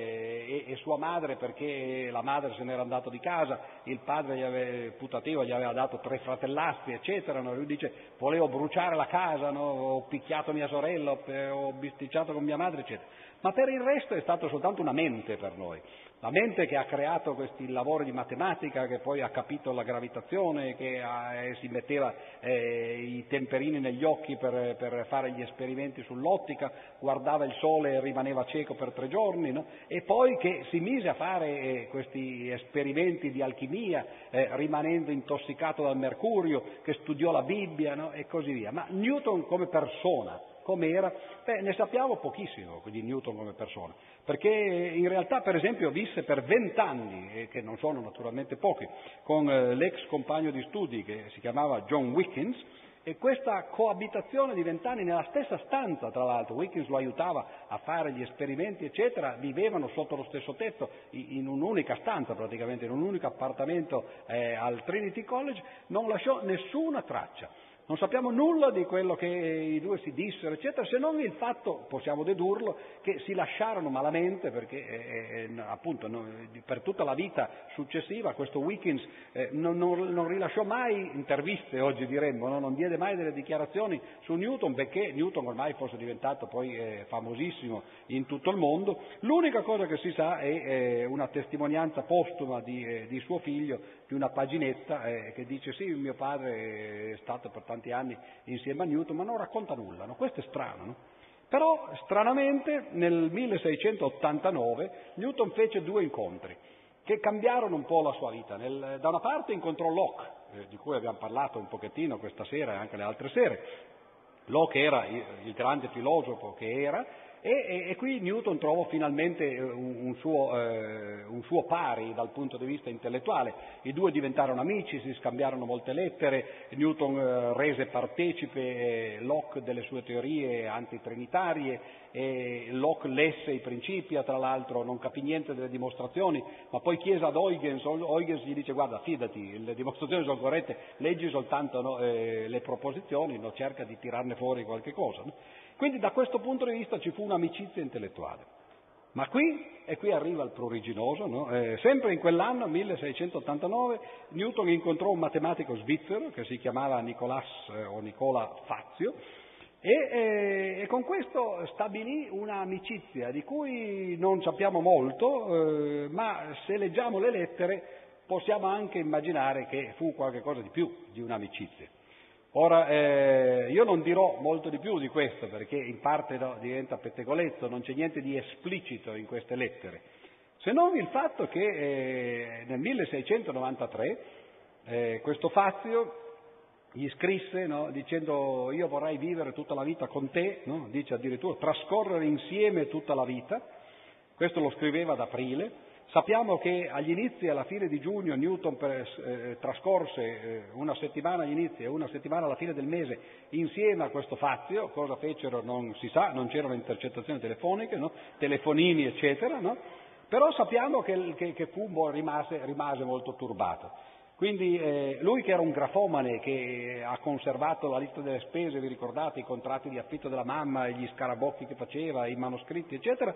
eh, e, e sua madre perché la madre se n'era andato di casa, il padre gli aveva, putativo gli aveva dato tre fratellastri eccetera, no? Lui dice volevo bruciare la casa, no? Ho picchiato mia sorella, ho bisticciato con mia madre eccetera, ma per il resto è stato soltanto una mente per noi. La mente che ha creato questi lavori di matematica, che poi ha capito la gravitazione, che ha, eh, si metteva eh, i temperini negli occhi per, per fare gli esperimenti sull'ottica, guardava il sole e rimaneva cieco per tre giorni, no? E poi che si mise a fare eh, questi esperimenti di alchimia, eh, rimanendo intossicato dal mercurio, che studiò la Bibbia, no? E così via. Ma Newton come persona, com'era? Beh, ne sappiamo pochissimo di Newton come persona, perché in realtà per esempio visse per vent'anni, eh, che non sono naturalmente pochi, con eh, l'ex compagno di studi che si chiamava John Wilkins, e questa coabitazione di vent'anni nella stessa stanza, tra l'altro, Wilkins lo aiutava a fare gli esperimenti eccetera, vivevano sotto lo stesso tetto, in un'unica stanza praticamente, in un unico appartamento eh, al Trinity College, non lasciò nessuna traccia. Non sappiamo nulla di quello che i due si dissero, eccetera, se non il fatto, possiamo dedurlo, che si lasciarono malamente, perché eh, eh, appunto no, per tutta la vita successiva questo Wilkins eh, non, non, non rilasciò mai interviste, oggi diremmo, no? Non diede mai delle dichiarazioni su Newton, perché Newton ormai fosse diventato poi eh, famosissimo in tutto il mondo. L'unica cosa che si sa è eh, una testimonianza postuma di, eh, di suo figlio, di una paginetta eh, che dice sì, mio padre è stato per tanti anni insieme a Newton, ma non racconta nulla, no? Questo è strano, no? Però stranamente nel milleseicentottantanove Newton fece due incontri che cambiarono un po' la sua vita. Nel, da una parte incontrò Locke, eh, di cui abbiamo parlato un pochettino questa sera e anche le altre sere. Locke era il, il grande filosofo che era, E, e, e qui Newton trovò finalmente un, un, suo, eh, un suo pari dal punto di vista intellettuale. I due diventarono amici, si scambiarono molte lettere, Newton eh, rese partecipe eh, Locke delle sue teorie antitrinitarie, e Locke lesse i Principia, tra l'altro non capì niente delle dimostrazioni, ma poi chiese ad Huygens, Huygens gli dice guarda fidati, le dimostrazioni sono corrette, leggi soltanto no, eh, le proposizioni, no, cerca di tirarne fuori qualche cosa. No? Quindi da questo punto di vista ci fu un'amicizia intellettuale. Ma qui, e qui arriva il pruriginoso, no? eh, sempre in quell'anno, milleseicentottantanove, Newton incontrò un matematico svizzero che si chiamava Nicolas eh, o Nicola Fazio, e, eh, e con questo stabilì un'amicizia di cui non sappiamo molto, eh, ma se leggiamo le lettere possiamo anche immaginare che fu qualcosa di più di un'amicizia. Ora, eh, io non dirò molto di più di questo, perché in parte no, diventa pettegolezzo, non c'è niente di esplicito in queste lettere, se non il fatto che eh, nel milleseicentonovantatré eh, questo Fazio gli scrisse, no, dicendo io vorrei vivere tutta la vita con te, no? Dice addirittura trascorrere insieme tutta la vita, questo lo scriveva ad aprile. Sappiamo che agli inizi e alla fine di giugno Newton per, eh, trascorse eh, una settimana agli inizi e una settimana alla fine del mese insieme a questo Fazio, cosa fecero non si sa, non c'erano intercettazioni telefoniche, no? Telefonini eccetera, no? Però sappiamo che, che, che Fumbo rimase, rimase molto turbato. Quindi eh, lui che era un grafomane, che ha conservato la lista delle spese, vi ricordate, i contratti di affitto della mamma, gli scarabocchi che faceva, i manoscritti, eccetera,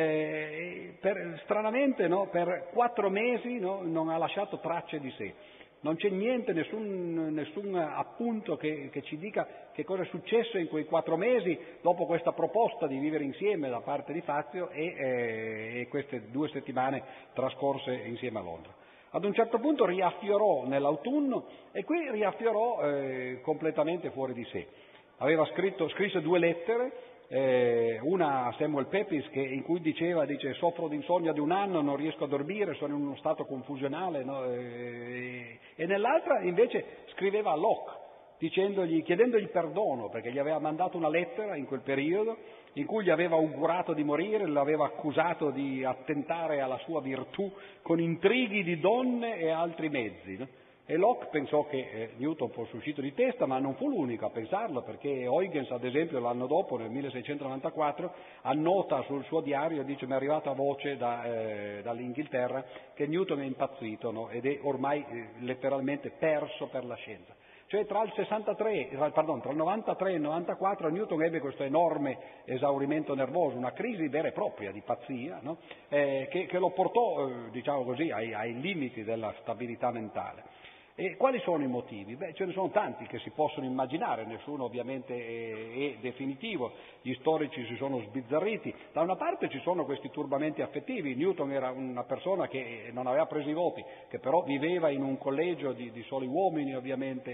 eh, per, stranamente no, per quattro mesi no, non ha lasciato tracce di sé. Non c'è niente, nessun, nessun appunto che, che ci dica che cosa è successo in quei quattro mesi dopo questa proposta di vivere insieme da parte di Fazio e, eh, e queste due settimane trascorse insieme a Londra. Ad un certo punto riaffiorò nell'autunno e qui riaffiorò eh, completamente fuori di sé. Aveva scritto, scrisse due lettere, eh, una a Samuel Pepys che, in cui diceva, dice, soffro di insonnia di un anno, non riesco a dormire, sono in uno stato confusionale, no? e, e nell'altra invece scriveva a Locke, dicendogli, chiedendogli perdono perché gli aveva mandato una lettera in quel periodo in cui gli aveva augurato di morire, l'aveva accusato di attentare alla sua virtù con intrighi di donne e altri mezzi. No? E Locke pensò che eh, Newton fosse uscito di testa, ma non fu l'unico a pensarlo, perché Huygens, ad esempio, l'anno dopo, nel milleseicentonovantaquattro, annota sul suo diario, dice, mi è arrivata voce da, eh, dall'Inghilterra che Newton è impazzito, no? Ed è ormai eh, letteralmente perso per la scienza. Cioè tra il sessantatré, pardon, tra il novantatré e il novantaquattro Newton ebbe questo enorme esaurimento nervoso, una crisi vera e propria di pazzia, no? eh, che, che lo portò, eh, diciamo così, ai, ai limiti della stabilità mentale. E quali sono i motivi? Beh, ce ne sono tanti che si possono immaginare, nessuno ovviamente è, è definitivo, gli storici si sono sbizzarriti. Da una parte ci sono questi turbamenti affettivi, Newton era una persona che non aveva preso i voti, che però viveva in un collegio di, di soli uomini ovviamente,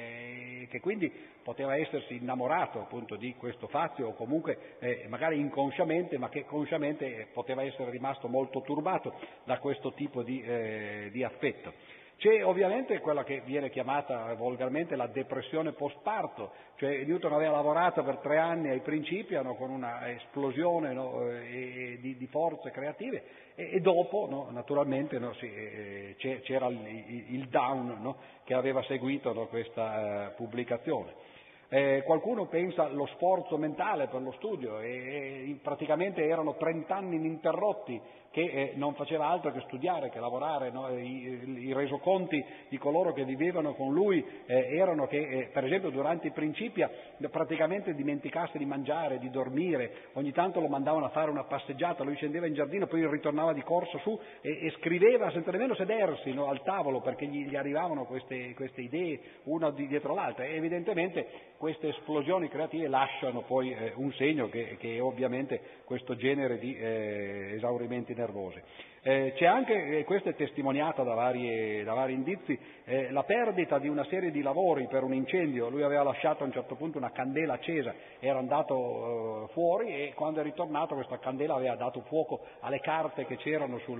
e che quindi poteva essersi innamorato appunto di questo Fazio, o comunque eh, magari inconsciamente, ma che consciamente poteva essere rimasto molto turbato da questo tipo di, eh, di affetto. C'è ovviamente quella che viene chiamata volgarmente la depressione postparto, cioè Newton aveva lavorato per tre anni ai Principia, no, con una esplosione no, e, di, di forze creative e, e dopo no, naturalmente no, sì, eh, c'era il, il down no, che aveva seguito no, questa eh, pubblicazione. Eh, qualcuno pensa allo sforzo mentale per lo studio e, e praticamente erano trent'anni ininterrotti che eh, non faceva altro che studiare, che lavorare, no? I, i resoconti di coloro che vivevano con lui eh, erano che eh, per esempio durante i Principia praticamente dimenticasse di mangiare, di dormire, ogni tanto lo mandavano a fare una passeggiata, lui scendeva in giardino, poi ritornava di corsa su e, e scriveva senza nemmeno sedersi no, al tavolo perché gli, gli arrivavano queste, queste idee una di dietro l'altra e evidentemente queste esplosioni creative lasciano poi eh, un segno che, che è ovviamente questo genere di eh, esaurimenti nervosi. Eh, c'è anche, e questo è testimoniato da, varie, da vari indizi, eh, la perdita di una serie di lavori per un incendio. Lui aveva lasciato a un certo punto una candela accesa, era andato eh, fuori e quando è ritornato questa candela aveva dato fuoco alle carte che c'erano sul,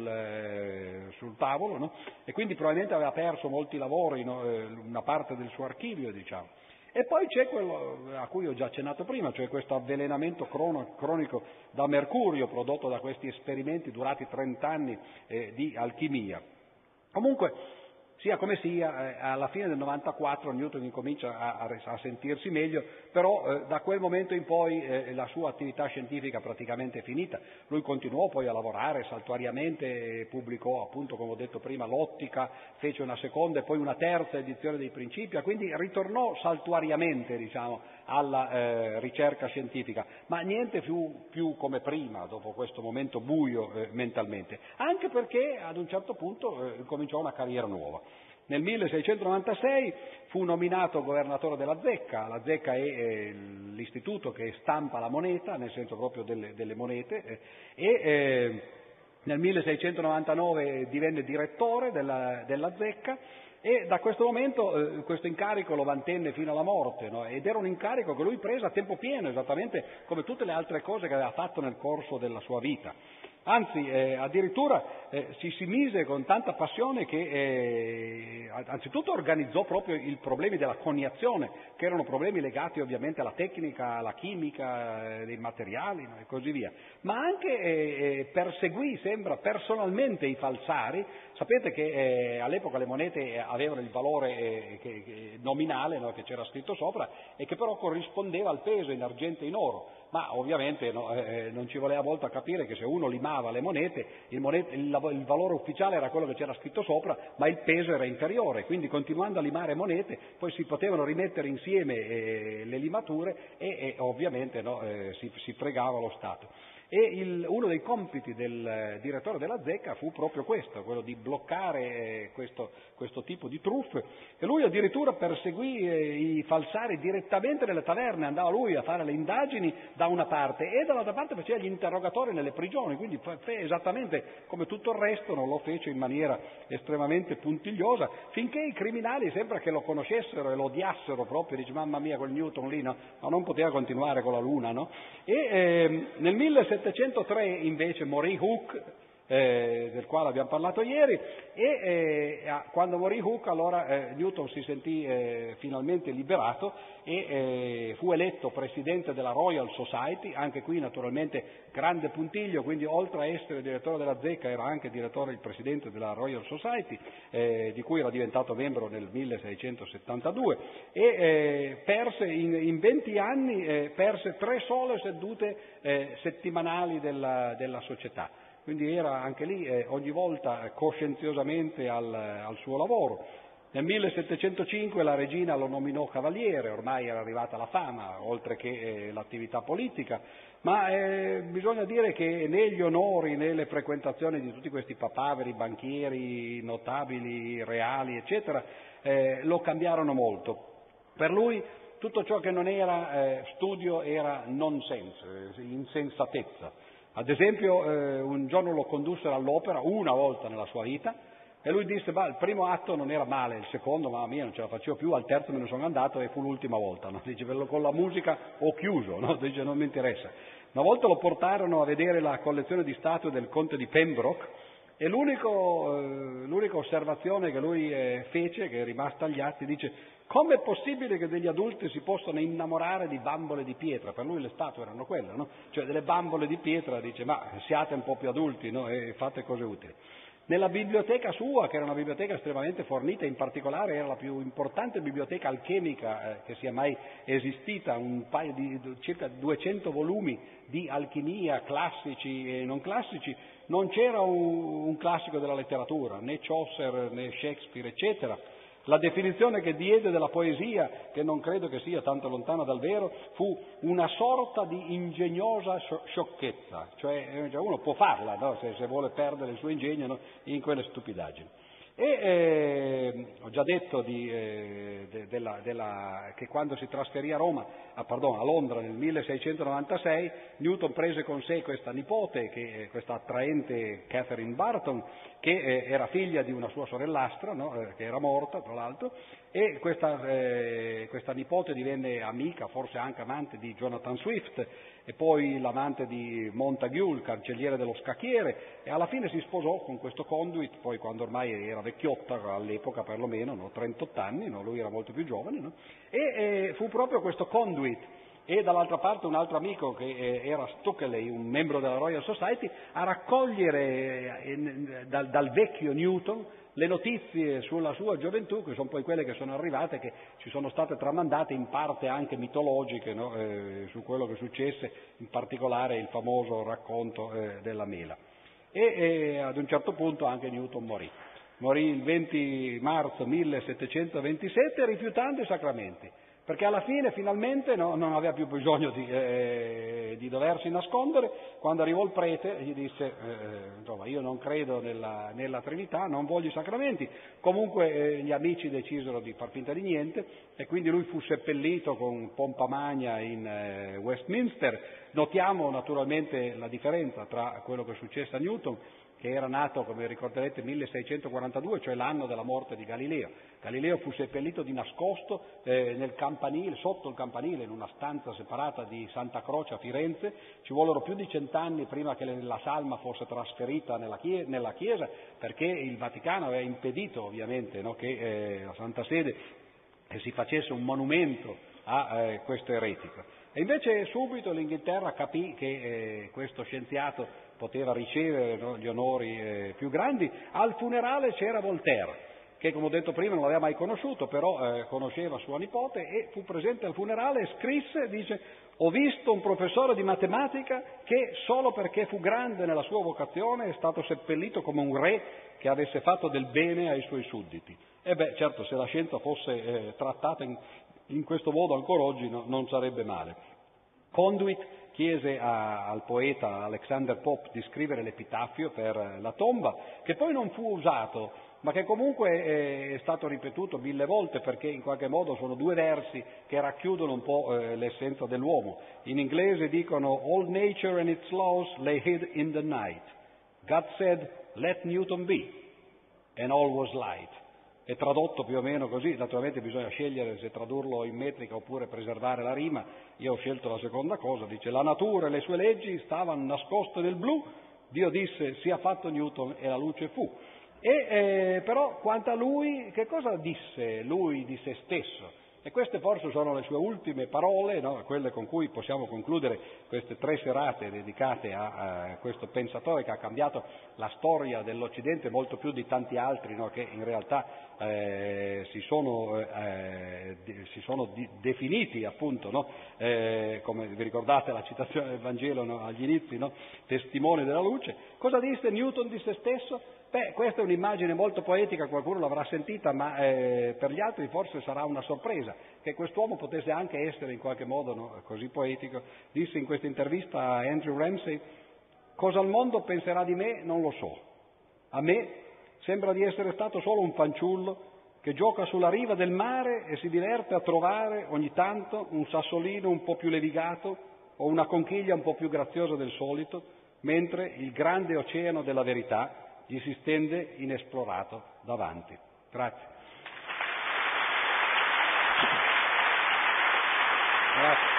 eh, sul tavolo no? E quindi probabilmente aveva perso molti lavori, no? eh, una parte del suo archivio diciamo. E poi c'è quello a cui ho già accennato prima, cioè questo avvelenamento crono, cronico da mercurio prodotto da questi esperimenti durati trent'anni eh, di alchimia. Comunque, sia come sia, eh, alla fine del novantaquattro Newton incomincia a, a, a sentirsi meglio, però eh, da quel momento in poi eh, la sua attività scientifica praticamente è finita. Lui continuò poi a lavorare saltuariamente, pubblicò appunto, come ho detto prima, l'ottica, fece una seconda e poi una terza edizione dei Principia, quindi ritornò saltuariamente, diciamo, alla eh, ricerca scientifica, ma niente più, più come prima, dopo questo momento buio eh, mentalmente, anche perché ad un certo punto eh, cominciò una carriera nuova. Nel milleseicentonovantasei fu nominato governatore della Zecca. La Zecca è eh, l'istituto che stampa la moneta, nel senso proprio delle, delle monete, eh, e eh, nel milleseicentonovantanove divenne direttore della, della Zecca e da questo momento eh, questo incarico lo mantenne fino alla morte, no? Ed era un incarico che lui prese a tempo pieno, esattamente come tutte le altre cose che aveva fatto nel corso della sua vita. Anzi, eh, addirittura eh, si, si mise con tanta passione che eh, anzitutto organizzò proprio i problemi della coniazione, che erano problemi legati ovviamente alla tecnica, alla chimica, eh, dei materiali, no? E così via. Ma anche eh, perseguì, sembra, personalmente i falsari. Sapete che eh, all'epoca le monete avevano il valore eh, che, che, nominale, no? Che c'era scritto sopra e che però corrispondeva al peso in argento e in oro. Ma ovviamente no, eh, non ci voleva molto a capire che se uno limava le monete, il, monete il, il valore ufficiale era quello che c'era scritto sopra, ma il peso era inferiore, quindi continuando a limare monete poi si potevano rimettere insieme eh, le limature e, e ovviamente no, eh, si, si fregava lo Stato. E il, uno dei compiti del eh, direttore della Zecca fu proprio questo, quello di bloccare eh, questo, questo tipo di truffe, e lui addirittura perseguì eh, i falsari direttamente nelle taverne, andava lui a fare le indagini da una parte e dall'altra parte faceva gli interrogatori nelle prigioni, quindi fe, fe, esattamente come tutto il resto non lo fece in maniera estremamente puntigliosa, finché i criminali sembra che lo conoscessero e lo odiassero proprio, dice mamma mia quel Newton lì, no? Ma non poteva continuare con la Luna, no? E eh, nel millesettecentotre invece morì Hooke, eh, del quale abbiamo parlato ieri, e eh, quando morì Hooke allora eh, Newton si sentì eh, finalmente liberato e eh, fu eletto presidente della Royal Society, anche qui naturalmente grande puntiglio, quindi oltre a essere direttore della Zecca era anche direttore e presidente della Royal Society, eh, di cui era diventato membro nel milleseicentosettantadue e eh, perse in, in venti anni eh, perse tre sole sedute eh, settimanali della, della società. Quindi era anche lì eh, ogni volta coscienziosamente al, al suo lavoro. Nel millesettecentocinque la regina lo nominò cavaliere, ormai era arrivata la fama, oltre che eh, l'attività politica, ma eh, bisogna dire che né gli onori né le frequentazioni di tutti questi papaveri, banchieri, notabili, reali, eccetera, eh, lo cambiarono molto. Per lui tutto ciò che non era eh, studio era nonsense, insensatezza. Ad esempio eh, un giorno lo condussero all'opera, una volta nella sua vita, e lui disse, bah, il primo atto non era male, il secondo, mamma mia, non ce la facevo più, al terzo me ne sono andato e fu l'ultima volta, no? Dice, con la musica ho chiuso, no? Dice, non mi interessa. Una volta lo portarono a vedere la collezione di statue del conte di Pembroke e l'unico, eh, l'unica osservazione che lui eh, fece, che è rimasta agli atti, dice, come è possibile che degli adulti si possano innamorare di bambole di pietra? Per lui le statue erano quelle, no? Cioè delle bambole di pietra, dice, ma siate un po' più adulti, no? E fate cose utili. Nella biblioteca sua, che era una biblioteca estremamente fornita, in particolare era la più importante biblioteca alchemica eh, che sia mai esistita, un paio di circa duecento volumi di alchimia classici e non classici, non c'era un, un classico della letteratura, né Chaucer né Shakespeare, eccetera. La definizione che diede della poesia, che non credo che sia tanto lontana dal vero, fu una sorta di ingegnosa sciocchezza, cioè uno può farla, no? se, se vuole perdere il suo ingegno, no? In quelle stupidaggini. E eh, ho già detto di, eh, de, della, della, che quando si trasferì a Roma, ah, pardon, a Londra nel milleseicentonovantasei, Newton prese con sé questa nipote, che, questa attraente Catherine Barton, che eh, era figlia di una sua sorellastra, no? eh, che era morta tra l'altro, e questa, eh, questa nipote divenne amica, forse anche amante di Jonathan Swift, e poi l'amante di Montague, il cancelliere dello scacchiere, e alla fine si sposò con questo Conduit, poi quando ormai era vecchiotta, all'epoca perlomeno, no? trentotto anni, no? Lui era molto più giovane, no? e eh, fu proprio questo Conduit, e dall'altra parte un altro amico che eh, era Stockley, un membro della Royal Society, a raccogliere eh, dal, dal vecchio Newton le notizie sulla sua gioventù, che sono poi quelle che sono arrivate, che ci sono state tramandate in parte anche mitologiche, no? eh, su quello che successe, in particolare il famoso racconto eh, della mela. E eh, ad un certo punto anche Newton morì. Morì il venti marzo millesettecentoventisette rifiutando i sacramenti, perché alla fine finalmente no, non aveva più bisogno di, eh, di doversi nascondere. Quando arrivò il prete gli disse, eh, insomma, io non credo nella, nella Trinità, non voglio i sacramenti. Comunque eh, gli amici decisero di far finta di niente e quindi lui fu seppellito con pompa magna in eh, Westminster. Notiamo naturalmente la differenza tra quello che successe a Newton che era nato, come ricorderete, milleseicentoquarantadue, cioè l'anno della morte di Galileo. Galileo fu seppellito di nascosto eh, nel campanile, sotto il campanile, in una stanza separata di Santa Croce a Firenze. Ci vollero più di cent'anni prima che la salma fosse trasferita nella chiesa, nella chiesa perché il Vaticano aveva impedito ovviamente no, che eh, la Santa Sede eh, si facesse un monumento a eh, questo eretico. E invece subito l'Inghilterra capì che eh, questo scienziato poteva ricevere no, gli onori eh, più grandi. Al funerale c'era Voltaire, che come ho detto prima non l'aveva mai conosciuto, però eh, conosceva sua nipote e fu presente al funerale e scrisse, dice: ho visto un professore di matematica che solo perché fu grande nella sua vocazione è stato seppellito come un re che avesse fatto del bene ai suoi sudditi. E beh, certo, se la scienza fosse eh, trattata in, in questo modo ancora oggi no, non sarebbe male. Conduit chiese a, al poeta Alexander Pope di scrivere l'epitaffio per la tomba, che poi non fu usato, ma che comunque è, è stato ripetuto mille volte perché in qualche modo sono due versi che racchiudono un po' eh, l'essenza dell'uomo. In inglese dicono all nature and its laws lay hid in the night. God said let Newton be and all was light. È tradotto più o meno così, naturalmente bisogna scegliere se tradurlo in metrica oppure preservare la rima. Io ho scelto la seconda cosa, dice la natura e le sue leggi stavano nascoste nel blu, Dio disse sia fatto Newton e la luce fu. E eh, però quanto a lui, che cosa disse lui di se stesso? E queste forse sono le sue ultime parole, no? Quelle con cui possiamo concludere queste tre serate dedicate a, a questo pensatore che ha cambiato la storia dell'Occidente molto più di tanti altri no? che in realtà eh, si sono, eh, di, si sono di, definiti appunto, no? eh, come vi ricordate la citazione del Vangelo no? agli inizi, no? testimone della luce. Cosa disse Newton di se stesso? Beh, questa è un'immagine molto poetica, qualcuno l'avrà sentita, ma eh, per gli altri forse sarà una sorpresa, che quest'uomo potesse anche essere in qualche modo no, così poetico. Disse in questa intervista a Andrew Ramsey: cosa il mondo penserà di me non lo so. A me sembra di essere stato solo un fanciullo che gioca sulla riva del mare e si diverte a trovare ogni tanto un sassolino un po' più levigato o una conchiglia un po' più graziosa del solito, mentre il grande oceano della verità gli si stende inesplorato davanti. Grazie. Grazie.